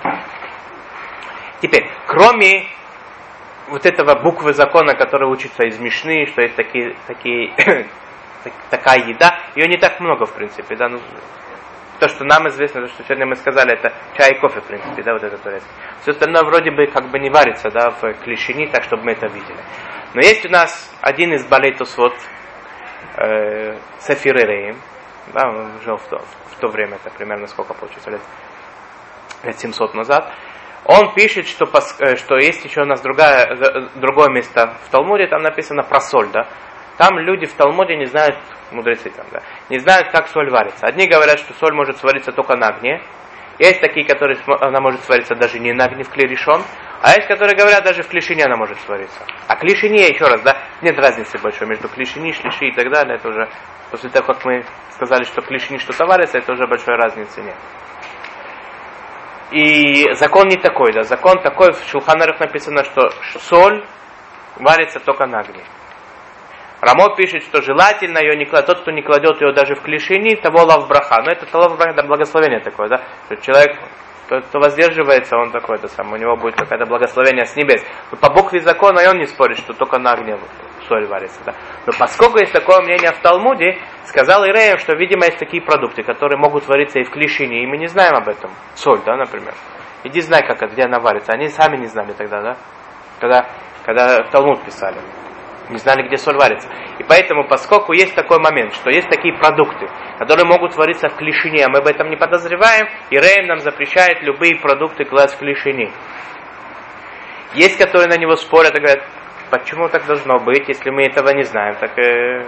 Теперь, кроме вот этого буквы закона, которая учится из Мишны, что есть такие, такие, такая еда, ее не так много, в принципе. Да? Ну, то, что нам известно, то, что сегодня мы сказали, это чай и кофе, в принципе, да, вот это турецкий. Все остальное вроде бы как бы не варится, да, в клишини, так, чтобы мы это видели. Но есть у нас один из балей Тосфот, э, Сефир Эреим, да, он жил в то, в то время, это примерно сколько получится, лет, лет семьсот назад. Он пишет, что, что есть еще у нас другая, другое место в Талмуде, там написано про соль, да. Там люди в Талмуде не знают, мудрецы там, да, не знают, как соль варится. Одни говорят, что соль может свариться только на огне. Есть такие, которые она может свариться даже не на огне в кли ришон. А есть, которые говорят, даже в клишине она может свариться. А клишине, еще раз, да, нет разницы большой между клишини, шлиши и так далее. Это уже, после того, как мы сказали, что клишини что-то варится, это уже большой разницы нет. И закон не такой, да, закон такой, в Шулхан Арух написано, что соль варится только на огне. Рамо пишет, что желательно ее не кладет, тот, кто не кладет ее даже в клишини, того лав браха. Но это лав браха, это благословение такое, да, что человек, кто, кто воздерживается, он такой, это сам, у него будет какое-то благословение с небес. Но по букве закона и он не спорит, что только на огне соль варится, да. Но поскольку есть такое мнение в Талмуде, сказал Иреев, что, видимо, есть такие продукты, которые могут вариться и в клишине, и мы не знаем об этом. Соль, да, например. Иди знай, как, где она варится. Они сами не знали тогда, да. Когда когда Талмуд писали. Не знали, где соль варится. И поэтому, поскольку есть такой момент, что есть такие продукты, которые могут вариться в клешине, а мы об этом не подозреваем, и Рейм нам запрещает любые продукты класть в клешине. Есть, которые на него спорят и говорят, почему так должно быть, если мы этого не знаем, так э...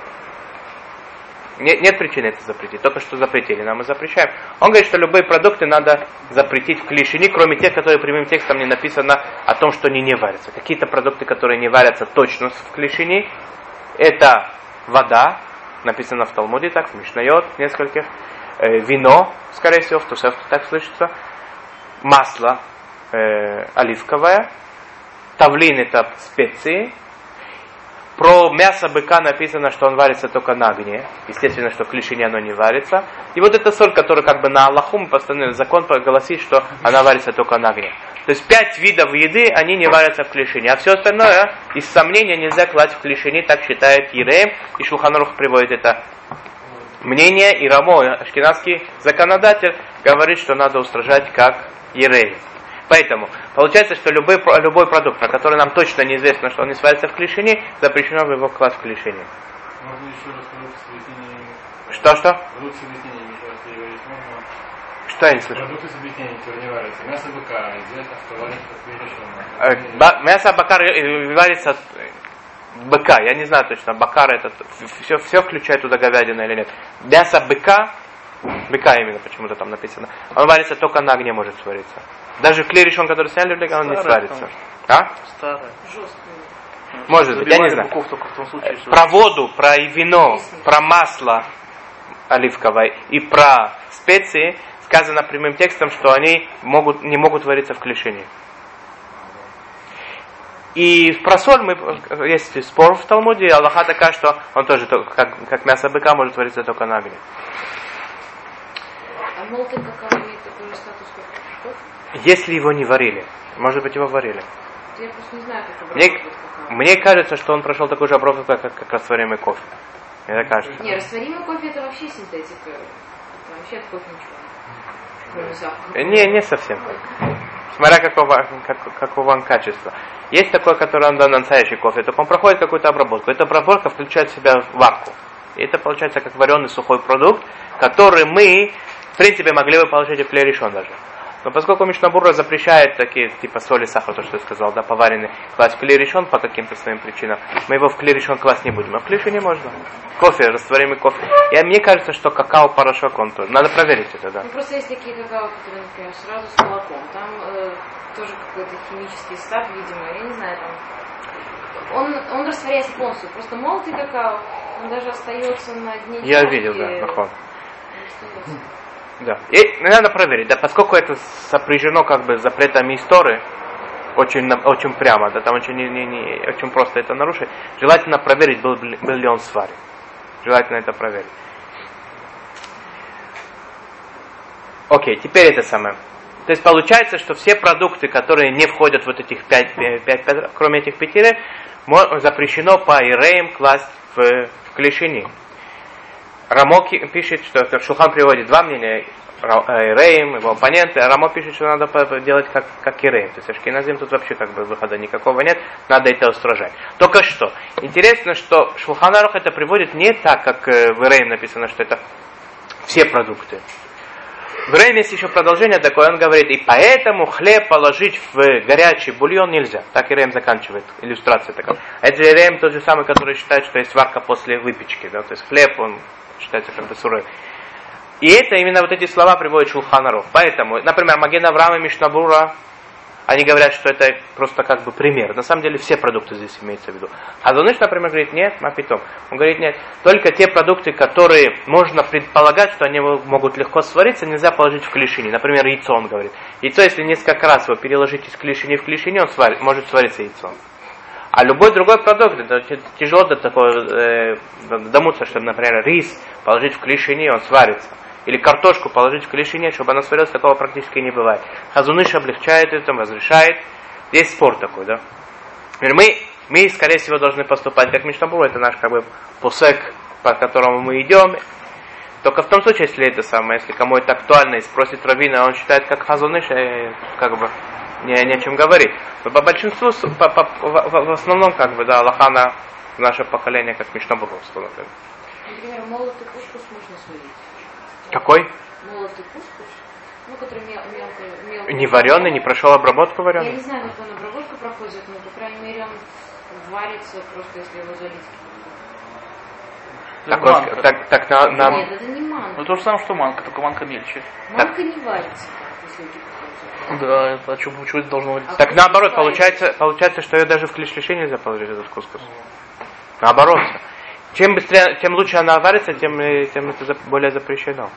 нет, нет причины это запретить, только что запретили, нам и запрещаем. Он говорит, что любые продукты надо запретить в клешине, кроме тех, которые прямым текстом не написано о том, что они не варятся. Какие-то продукты, которые не варятся точно в клешине, это вода, написано в Талмуде, так, в Мишнайот, нескольких, э, вино, скорее всего, в Тосефте так слышится, масло э, оливковое, тавлин это специи. Про мясо быка написано, что он варится только на огне. Естественно, что в клешине оно не варится. И вот эта соль, которая как бы на Аллаху, мы постановили закон гласит, что она варится только на огне. То есть пять видов еды, они не варятся в клешине. А все остальное, из сомнения, нельзя класть в клешине, так считает Ереем. И Шулхан Арух приводит это мнение. И Рамо, ашкеназский законодатель, говорит, что надо устражать как Ереем. Поэтому получается, что любой, любой продукт, про который нам точно неизвестно, что он не сварится в клешине, запрещено в его класть в клешине. Можно еще раз продукты с объяснением. Что-что? Продукты с объяснением, еще раз переводить можно. Что я не слышу? Продукты с объяснением, которые не варятся. Мясо быка, известно, что варится перечено. Мясо бакар варится быка, я не знаю точно, бакар это все, все включает туда говядина или нет. Мясо быка, быка именно почему-то там написано, он варится только на огне может свариться. Даже клей решен, который сняли, он не сварится. А? Старое. Может быть, я не знаю. Случае, про воду, про вино, про масло оливковое и про специи сказано прямым текстом, что они могут, не могут вариться в клешине. И про соль мы, есть спор в Талмуде, Аллаха такая, что он тоже, как, как мясо быка, может вариться только на огне. А молотый какао имеет такой же статус, как пешков? Если его не варили. Может быть, его варили. Я просто не знаю, как Мне, обрабатывать какао. мне кажется, что он прошел такую же обработку, как, как, как растворимый кофе. Мне так кажется. Не, растворимый кофе это вообще синтетика. Это вообще от кофе ничего. Кроме сахара. Не, не совсем так. Смотря какого, как, какого он качества. Есть такой, который он дан настоящий кофе, только он проходит какую-то обработку. Эта обработка включает в себя варку. И это получается как вареный сухой продукт, который мы, в принципе, могли бы получить и в клей решен даже. Но поскольку Мишна Бура запрещает такие, типа соли, сахар, то, что я сказал, да, поваренный, класть в клей решен по каким-то своим причинам, мы его в клей решен класть не будем. А в клей не можно. Кофе, растворимый кофе. И мне кажется, что какао-порошок он тоже. Надо проверить это, да. Ну, просто есть такие какао, которые, например, сразу с молоком. Там э, тоже какой-то химический состав, видимо, я не знаю, там. Он, он растворяется полностью. Просто молотый какао, он даже остается на дне. Я видел, да, нахон. Да. И надо проверить, да, поскольку это сопряжено как бы с запретами истории, очень, очень прямо, да, там очень, не, не, не, очень просто это нарушить, желательно проверить, был, был ли он сварен. Желательно это проверить. Окей, теперь это самое. То есть получается, что все продукты, которые не входят в вот этих пять, пять, пять кроме этих пяти, запрещено по иреям класть в, в клешини. Рамо пишет, что Шулхан приводит два мнения, Иреем, его оппоненты, а Рамо пишет, что надо делать как, как Иреем. То есть ашкеназим тут вообще как бы выхода никакого нет, надо это устражать. Только что, интересно, что Шулхан Арух это приводит не так, как в Иреем написано, что это все продукты. В Иреем есть еще продолжение такое, он говорит, и поэтому хлеб положить в горячий бульон нельзя. Так Иреем заканчивает, иллюстрация такая. Это же Иреем тот же самый, который считает, что есть варка после выпечки, да, то есть хлеб, он считается как бы сырой. И это именно вот эти слова приводит Шулхан Арух. Поэтому, например, Маген Авраам и Мишна Бура, они говорят, что это просто как бы пример. На самом деле все продукты здесь имеются в виду. Хазон Иш, например, говорит, нет, мапитом. Он говорит, нет, только те продукты, которые можно предполагать, что они могут легко свариться, нельзя положить в клешини. Например, яйцо, он говорит. Яйцо, если несколько раз его переложить из клешини в клешини, он сварит, может свариться яйцо. А любой другой продукт, это тяжело до такого э, домуться, чтобы, например, рис положить в клешини, он сварится. Или картошку положить в клешине, чтобы она сварилась, такого практически не бывает. Хазон Иш облегчает это, разрешает. Есть спор такой, да. Мы, мы, скорее всего, должны поступать как Мишна Бура, это наш как бы посек, по которому мы идем. Только в том случае, если это самое, если кому это актуально и спросит раввина, он считает как Хазон Иш, как бы не, не о чем говорить. Но по большинству, по, по, в, в основном, как бы, да, Аллаха наше поколение, как мишнабуровство, например. Например, молотый кускус можно сварить. Какой? Молотый кускус, ну, который мел, мелко, мелко... Не вареный, не прошел обработку вареный? Я не знаю, как он обработку проходит, но, по крайней мере, он варится просто, если его залить. Так, вот, так, так на, на... Нет, это не манка. Ну то же самое, что манка, только манка мельче. Манка не варится, если у тебя. Да, это, а что, что это должно быть? А Так наоборот, получается, получается, что ее даже в клиш-лиши нельзя положить, этот кускус. Наоборот. Чем быстрее, тем лучше она варится, тем, тем это более запрещено.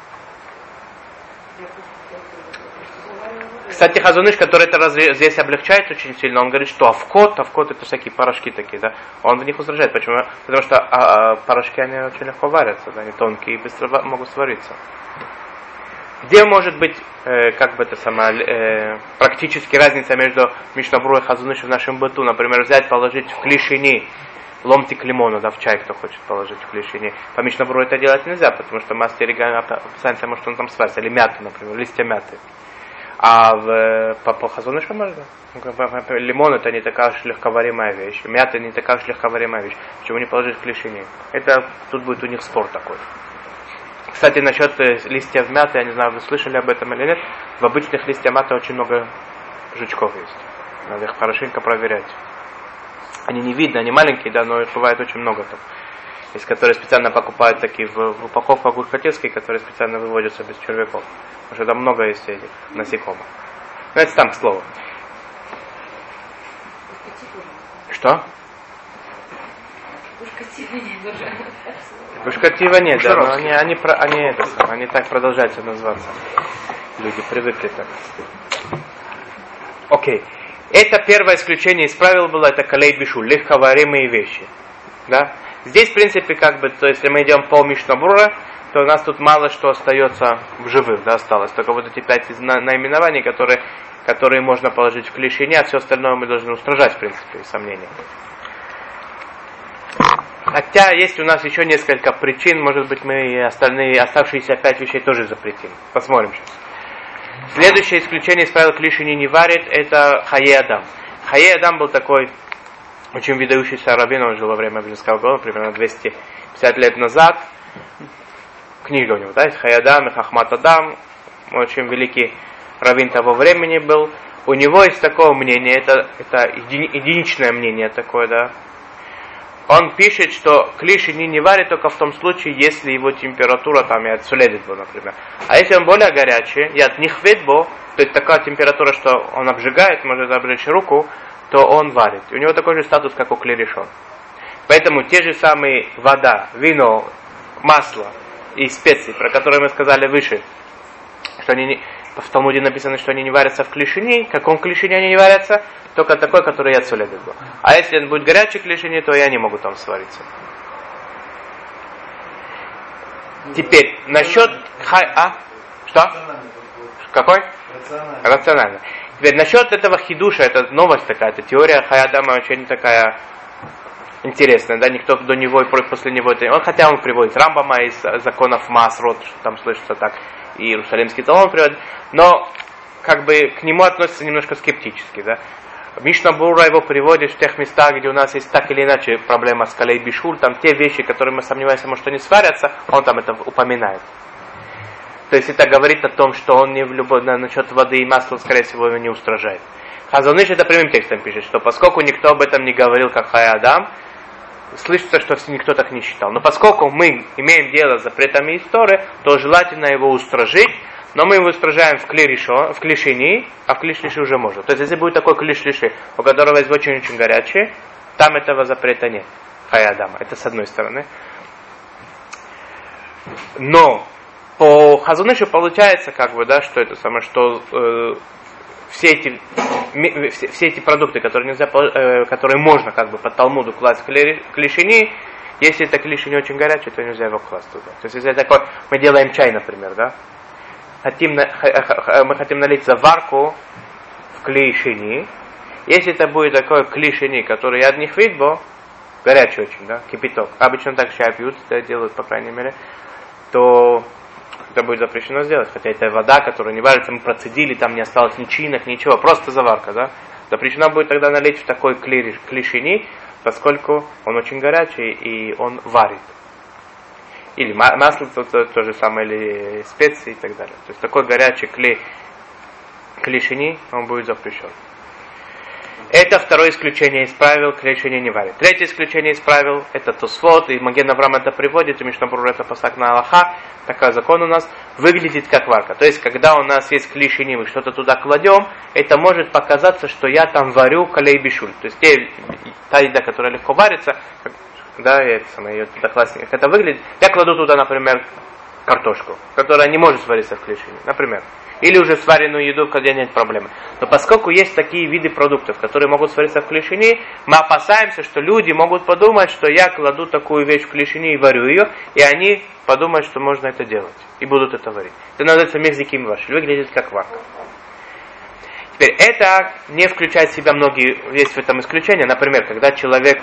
Кстати, Хазуныш, который это разве, здесь облегчает очень сильно, он говорит, что авкот, авкот это всякие порошки такие, да, он в них возражает. Почему? Потому что а, а, порошки, они очень легко варятся, да, они тонкие и быстро могут свариться. Где может быть, э, как бы это сама, э, практически разница между Мишнабурой и Хазуныш в нашем быту? Например, взять, положить в клишини ломтик лимона, да, в чай, кто хочет положить в клишини. По Мишнабуру это делать нельзя, потому что мы остерегаем опасаемся, может он там сварится, или мяту, например, листья мяты. А в, по, по Хазунышу можно? Лимон это не такая уж легковаримая вещь. Мята не такая уж легковаримая вещь. Почему не положить в клишини? Это тут будет у них спор такой. Кстати, насчет листьев мяты, я не знаю, вы слышали об этом или нет. В обычных листьях мяты очень много жучков есть. Надо их хорошенько проверять. Они не видны, они маленькие, да, но их бывает очень много там. Есть, которые специально покупают такие в, в упаковках гуркотельские, которые специально выводятся без червяков. Потому что там много есть этих насекомых. Ну, это там, к слову. Что? Гушкатива нет, да, но они, они, они, это, они так продолжаются называться. Люди привыкли так. Окей. Это первое исключение из правил было, это калей бишу, легковаримые вещи. Да? Здесь, в принципе, как бы, то если мы идем по Мишнабура, то у нас тут мало что остается в живых, да, осталось. Только вот эти пять наименований, которые, которые можно положить в клишине, а все остальное мы должны устражать, в принципе, из сомнений. Хотя есть у нас еще несколько причин, может быть, мы и остальные, оставшиеся пять вещей тоже запретим. Посмотрим сейчас. Следующее исключение из правил клишини не варит, это Хае Адам. Хае Адам был такой очень выдающийся раввин, он жил во время Блинского года, примерно двести пятьдесят лет назад. Книга у него, да, есть Хае Адам и Хахмат Адам, очень великий раввин того времени был. У него есть такое мнение, это, это еди, единичное мнение такое, да. Он пишет, что клишини не варит только в том случае, если его температура там яд суледит, например. А если он более горячий, яд нихведбо, то есть такая температура, что он обжигает, может обжечь руку, то он варит. И у него такой же статус, как у клиришон. Поэтому те же самые вода, вино, масло и специи, про которые мы сказали выше, что они не, в Талмуде написано, что они не варятся в клишини, в каком клишине они не варятся, только такой, который яд суледит. А если он будет горячий клишини, то и они могут там свариться. Теперь, насчет хай... А? Что? Какой? Рационально. Рационально. Теперь, насчет этого хидуша, это новость такая, это теория Хаядама очень такая интересная, да, никто до него и после него, он, хотя он приводит Рамбама из законов Маасрот, что там слышится так, и Иерусалимский Талмуд приводит, но как бы к нему относится немножко скептически, да. Мишнабура его приводит в тех местах, где у нас есть так или иначе проблема с калей бишуль, там те вещи, которые мы сомневаемся, может, они сварятся, он там это упоминает. То есть это говорит о том, что он не в любой, насчет воды и масла, скорее всего, его не устражает. Хазуныш это прямым текстом пишет, что поскольку никто об этом не говорил, как Хае Адам, слышится, что никто так не считал. Но поскольку мы имеем дело с запретами истории, то желательно его устражить, но мы его устражаем в, клиришо, в клишини, а в клиш-лиши уже можно. То есть если будет такой клиш-лиши, у которого есть очень-очень горячий, там этого запрета нет. Хае Адама. Это с одной стороны. Но по Хазунышу получается, как бы, да, что это самое, что э, все эти все, все эти продукты, которые нельзя, э, которые можно, как бы, по Талмуду класть в клишини, если это клишини очень горячий, то нельзя его класть туда. То есть если такой, мы делаем чай, например, да, хотим на, мы хотим налить заварку в клишини, если это будет такой клишини, который я от них видбо, горячий очень, да, кипяток, обычно так чай пьют, да, делают, по крайней мере, то заварка будет запрещено сделать, хотя это вода, которая не варится, мы процедили, там не осталось ни чинок, ничего, просто заварка, да. Запрещено будет тогда налить в такой клишини, поскольку он очень горячий и он варит. Или масло, то, то, то же самое, или специи и так далее. То есть такой горячий кли, клишини, он будет запрещен. Это второе исключение из правил, клишини не варит. Третье исключение из правил, это Тосфот, и Маген Авраам это приводит, и Мишна Брура это пасак на Аллаха, такой закон у нас, выглядит как варка. То есть, когда у нас есть клишини, мы что-то туда кладем, это может показаться, что я там варю калей бишуль. То есть, те, та еда, которая легко варится, да, это самое, ее туда класть, как это выглядит, я кладу туда, например, картошку, которая не может свариться в клишине, например. Или уже сваренную еду, когда нет проблемы. Но поскольку есть такие виды продуктов, которые могут свариться в клишине, мы опасаемся, что люди могут подумать, что я кладу такую вещь в клишине и варю ее, и они подумают, что можно это делать. И будут это варить. Это называется мехзиким ваш. Выглядит как варка. Теперь, это не включает в себя многие, есть в этом исключения. Например, когда человек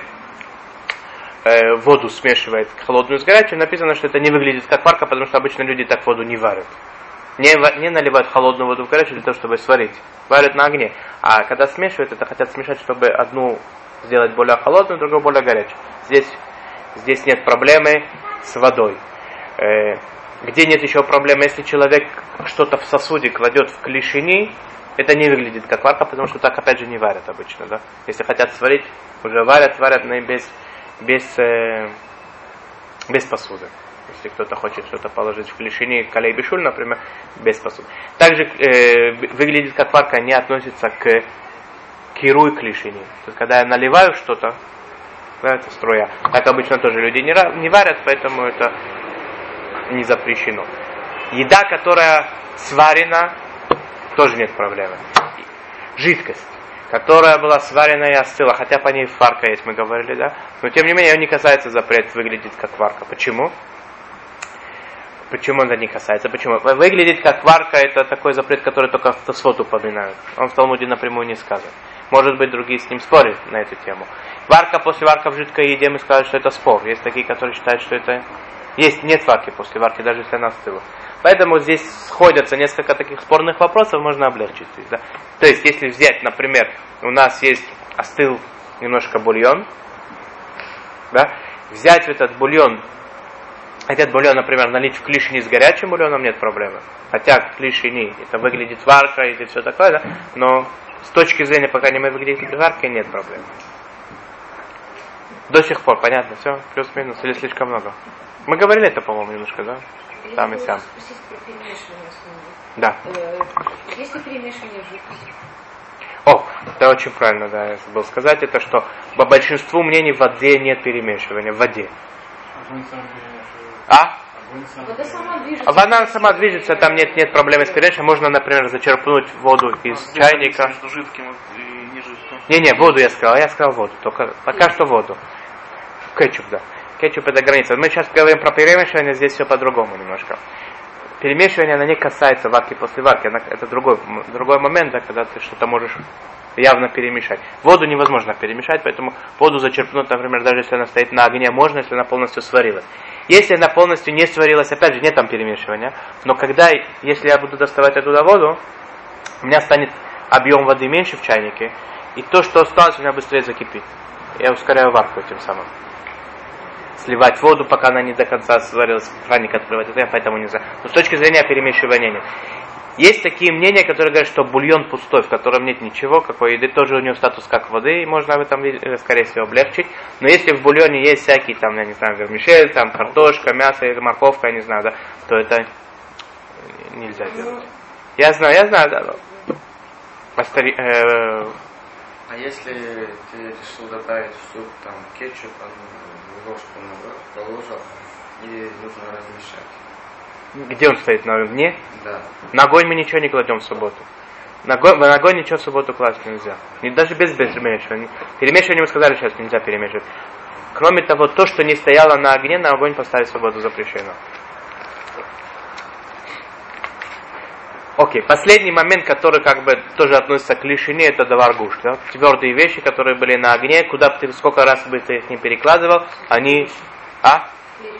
э, воду смешивает холодную с горячей, написано, что это не выглядит как варка, потому что обычно люди так воду не варят. Не, не наливают холодную воду в горячую для того, чтобы сварить. Варят на огне. А когда смешивают, это хотят смешать, чтобы одну сделать более холодную, другую более горячую. Здесь, здесь нет проблемы с водой. Э, где нет еще проблемы, если человек что-то в сосуде кладет в клишини, это не выглядит как варка, потому что так опять же не варят обычно. Да? Если хотят сварить, уже варят, варят но без, без, э, без посуды. Если кто-то хочет что-то положить в клишини, калей бишуль, например, без посуды. Также э, выглядит как варка, не относится к киру и клишини. То есть, когда я наливаю что-то, да, это струя. Так обычно тоже люди не, не варят, поэтому это не запрещено. Еда, которая сварена, тоже нет проблемы. Жидкость, которая была сварена и остыла, хотя по ней варка есть, мы говорили, да, но тем не менее, ее не касается запрет, выглядит как варка. Почему? Почему это не касается? Почему? Выглядит как варка, это такой запрет, который только в Тосфот упоминают. Он в Талмуде напрямую не сказан. Может быть, другие с ним спорят на эту тему. Варка после варка в жидкой еде, мы скажем, что это спор. Есть такие, которые считают, что это... Есть, нет варки после варки, даже если она остыла. Поэтому здесь сходятся несколько таких спорных вопросов, можно облегчить. Да? То есть, если взять, например, у нас есть остыл немножко бульон, да? Взять этот бульон, этот бульон, например, налить в клишини с горячим бульоном, нет проблемы. Хотя в клишини это выглядит варка или все такое, да? Но с точки зрения, пока не выглядит варкой, нет проблем. До сих пор, понятно, все? Плюс-минус или слишком много? Мы говорили это, по-моему, немножко, да? Я Там и сям. спросить про перемешивание снова. Да. Э, есть ли перемешивание жидкости? О, это очень правильно, да, я забыл сказать, это что по большинству мнений в воде нет перемешивания, в воде. Огонь сам перемешивает. А? Огонь сам Вода сама движется. А вода сама движется, там нет, нет проблемы с перемешиванием. Можно, например, зачерпнуть воду из чайника. Между жидким и не жидким. Не-не, воду я сказал, я сказал воду, только пока что воду. Кетчуп, да. Кетчуп это граница. Мы сейчас говорим про перемешивание, здесь все по-другому немножко. Перемешивание, оно не касается варки после варки, она, это другой, другой момент, да, когда ты что-то можешь явно перемешать. Воду невозможно перемешать, поэтому воду зачерпнуть, например, даже если она стоит на огне, можно, если она полностью сварилась. Если она полностью не сварилась, опять же, нет там перемешивания, но когда, если я буду доставать оттуда воду, у меня станет объем воды меньше в чайнике, и то, что осталось, у меня быстрее закипит. Я ускоряю варку тем самым. Сливать воду, пока она не до конца сварилась, краник открывать, это я поэтому не знаю. Но с точки зрения перемешивания нет. Есть такие мнения, которые говорят, что бульон пустой, в котором нет ничего, какой еды, тоже у него статус как воды, и можно в этом, скорее всего, облегчить. Но если в бульоне есть всякие, там, я не знаю, вермишель, там, картошка, мясо, морковка, я не знаю, да, то это нельзя делать. Я знаю, я знаю, да. Остари... Э... А если ты решил добавить в суп там кетчуп, ложку положил, и нужно размешать? Где он стоит? На огне? Да. На огонь мы ничего не кладем в субботу. На огонь, на огонь ничего в субботу класть нельзя. И даже без перемешивания. Перемешивание мы сказали, сейчас нельзя перемешивать. Кроме того, то, что не стояло на огне, на огонь поставить в субботу запрещено. Окей, последний момент, который как бы тоже относится к лишине, это даваргуш. Да? Твердые вещи, которые были на огне, куда бы ты, сколько раз бы ты их не перекладывал, они... А?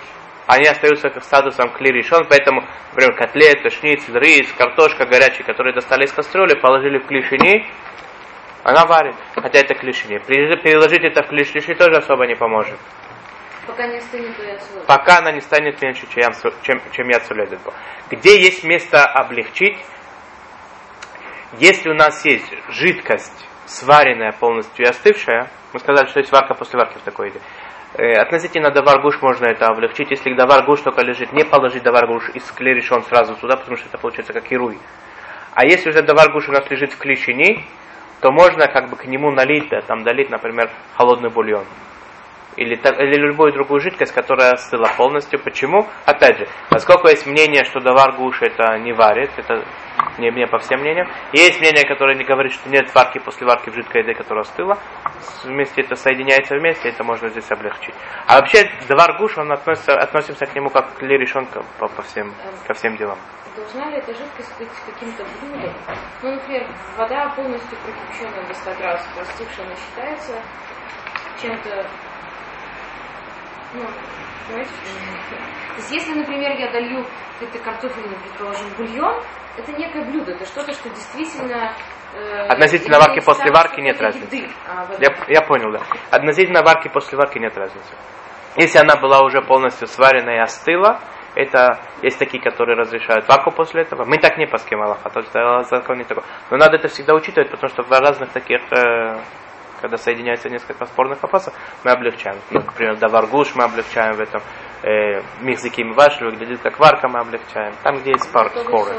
они остаются статусом кли решен, поэтому, например, котлеты, шницель, рис, картошка горячая, которые достали из кастрюли, положили в кли шини, она варит, хотя это кли шини. Переложить это в кли шини тоже особо не поможет. Пока не станет яйцо. Пока она не станет меньше, чем, чем, чем яйцо лезет. Где есть место облегчить? Если у нас есть жидкость, сваренная полностью и остывшая, мы сказали, что есть варка после варки в такой еде. Э, относительно давар гуш можно это облегчить. Если давар гуш только лежит, не положить давар гуш из кли решен сразу сюда, потому что это получается как ируй. А если уже давар гуш у нас лежит в кли шини, то можно как бы к нему налить, да, там долить, например, холодный бульон. Или, или любую другую жидкость, которая остыла полностью. Почему? Опять же, поскольку есть мнение, что давар гуш это не варит, это не мне по всем мнениям. И есть мнение, которое не говорит, что нет варки после варки в жидкой еде, которая остыла. Вместе это соединяется вместе, это можно здесь облегчить. А вообще, давар гуш, он относится, относимся к нему как к ли решен по, по всем, ко всем делам. Должна ли эта жидкость быть каким-то блюдом? Ну, например, вода полностью прокипяченная до ста градусов, остывшая, она считается чем-то... Ну, понимаете? То есть, если, например, я долью какой-то картофельный, предположим, бульон, это некое блюдо, это что-то, что действительно... Э, Относительно варки после варки нет разницы. Еды, а я, я понял, да. Относительно варки после варки нет разницы. Если она была уже полностью сварена и остыла, это есть такие, которые разрешают варку после этого. Мы так не паским Аллаха, то есть закон не такой. Но надо это всегда учитывать, потому что в разных таких... Э, когда соединяется несколько спорных вопросов, мы облегчаем. Ну, например, давар гуш мы облегчаем в этом, э, михзиким ваш, выглядит как варка, мы облегчаем. Там, где есть спор, споры.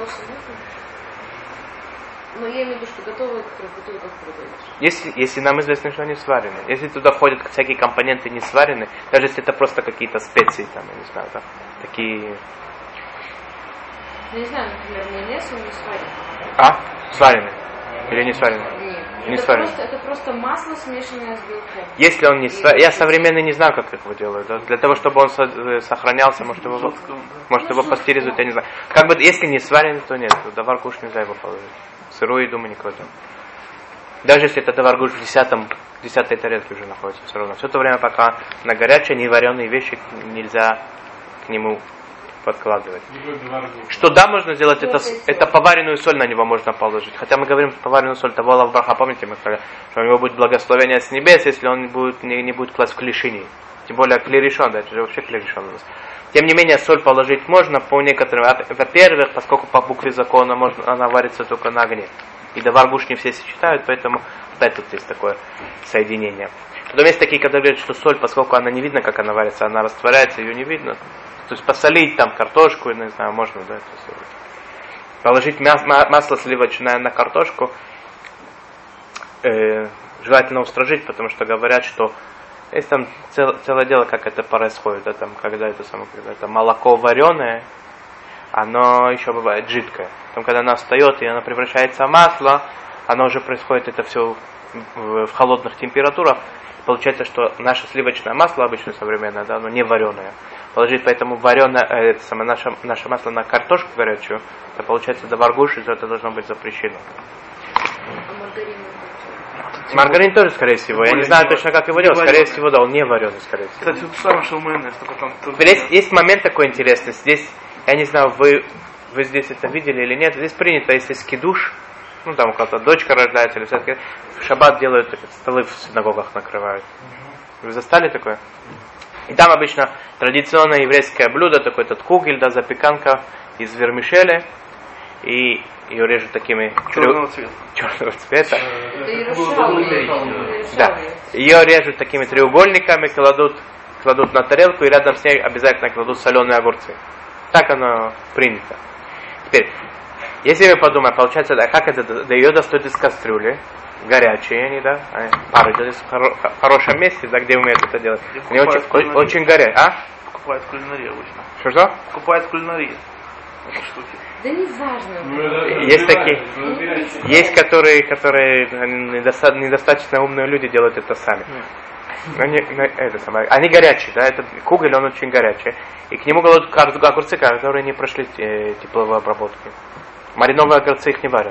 Но я имею в виду, что готовые, которые в бутылках продаются. Если, если нам известно, что они сварены. Если туда входят всякие компоненты не сварены, даже если это просто какие-то специи, там, я не знаю, да, такие... Я не знаю, например, майонез, он не сварен. А? Сварены? Или не сварены? Нет. Не это, сварен. просто, это просто масло, смешанное с белком. Если он не сварен, я современный не знаю, как его делают. Да? Для того, чтобы он сохранялся, может его, может его пастеризуют, я не знаю. Как бы, если не сварен, то нет. Давар гуш нельзя его положить. Сырую еду мы не кладем. Даже если это давар гуш в десятом, десятой тарелке уже находится, все равно. Все то время, пока на горячие, невареные вещи нельзя к нему подкладывать. Что да, можно сделать, это, это поваренную соль на него можно положить. Хотя мы говорим поваренную соль, того Аллах браха, помните, мы сказали, что у него будет благословение с небес, если он будет, не, не будет класть в кли шини. Тем более кли решен, да, это же вообще кли решен у нас. Тем не менее, соль положить можно по некоторым. Во-первых, поскольку по букве закона можно, она варится только на огне. И давар гуш не все сочетают, поэтому опять тут есть такое соединение. Потом есть такие, когда говорят, что соль, поскольку она не видно, как она варится, она растворяется, ее не видно. То есть посолить там картошку, не знаю, можно, да, это все. Положить мяс, масло сливочное на картошку, э, желательно устражить, потому что говорят, что есть там цел, целое дело, как это происходит, да, там, когда это самое, когда это молоко вареное, оно еще бывает жидкое. Потом, когда оно встает и оно превращается в масло, оно уже происходит это все в, в холодных температурах. Получается, что наше сливочное масло, обычно современное, да, оно не вареное. Положить поэтому вареное, э, это самое, наше, наше масло на картошку горячую, то получается давар гуш, и это должно быть запрещено. А маргарин? Маргарин тоже, скорее всего. Я не знаю точно, как его делать. Скорее всего, да, он не вареный, скорее всего. Кстати, то самое, что майонез, только там... Есть, есть момент такой интересный. Здесь, я не знаю, вы, вы здесь это видели или нет. Здесь принято, если скидуш, ну там у кого-то дочка рождается, или все-таки в шаббат делают, столы в синагогах накрывают. Вы застали такое? И там обычно традиционное еврейское блюдо, такой этот кугель, да, запеканка из вермишели. И ее режут такими черного цвета. Черного цвета. Это да. Ее режут такими треугольниками, кладут, кладут на тарелку и рядом с ней обязательно кладут соленые огурцы. Так оно принято. Теперь, если мы подумаем, получается, да, как это, да, ее достают из кастрюли, горячие они, да, они пару делают в, хоро, в хорошем месте, да, где умеют это делать. Они очень, очень, очень горячие, а? Покупают в кулинарии обычно. Что-что? Покупают в кулинарии. Эти штуки. Да не важно. Есть такие, есть которые, которые недоста- недостаточно умные люди делают это сами. Они, это самое, они горячие, да, этот кугель, он очень горячий. И к нему кладут огурцы, которые не прошли тепловую обработку. Маринованные огурцы их не варят.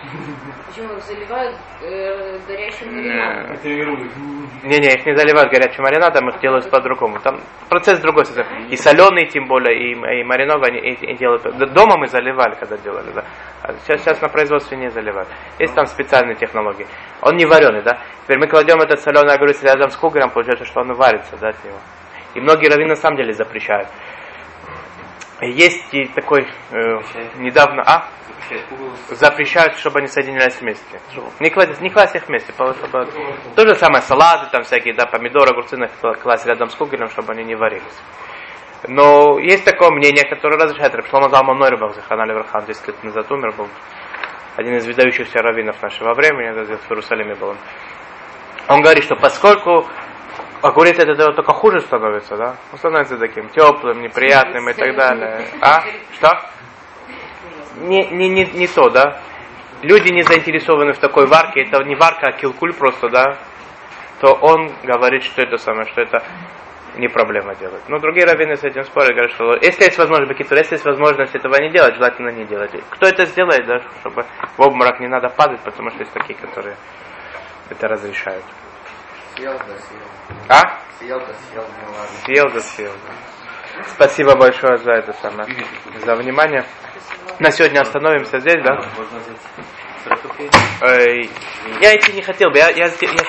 Почему их заливают э, горячим маринадом? Тренируют. Не-не, их не заливают горячим маринадом, их делают по-другому. Там процесс другой. И соленый, тем более, и, и маринованный и, и делают. Дома мы заливали, когда делали, да. А сейчас, сейчас на производстве не заливают. Есть там специальные технологии. Он не вареный, да. Теперь мы кладем этот соленый огурец рядом с кугером, получается, что он варится, да, от него. И многие раввины на самом деле запрещают. Есть и такой э, недавно, а? Запрещают, чтобы они соединялись вместе. Не класть, не класть их вместе. Чтобы... То же самое салаты, там всякие, да, помидоры, огурцы класть рядом с кугелем, чтобы они не варились. Но есть такое мнение, которое разрешает. Раб Шломо Залман Нойрбах, Захарна Леврахан, десять лет назад умер, был один из выдающихся раввинов нашего времени, в Иерусалиме был он. Он говорит, что поскольку огурец это только хуже становится, да? Он становится таким теплым, неприятным и так далее. А? Что? Не, не, не, не то, да? Люди не заинтересованы в такой варке, это не варка, а килкуль просто, да? То он говорит, что это самое, что это не проблема делать. Но другие раввины с этим спорят, говорят, что если есть возможность бакитур, если есть возможность этого не делать, желательно не делать. Кто это сделает, да? Чтобы в обморок не надо падать, потому что есть такие, которые это разрешают. Съел, да съел. А? Съел, да съел, ну ладно. Съел, да съел. Да. Спасибо большое за это самое, за внимание. На сегодня остановимся здесь, да? Можно взять. Я идти не хотел бы. Я, я, я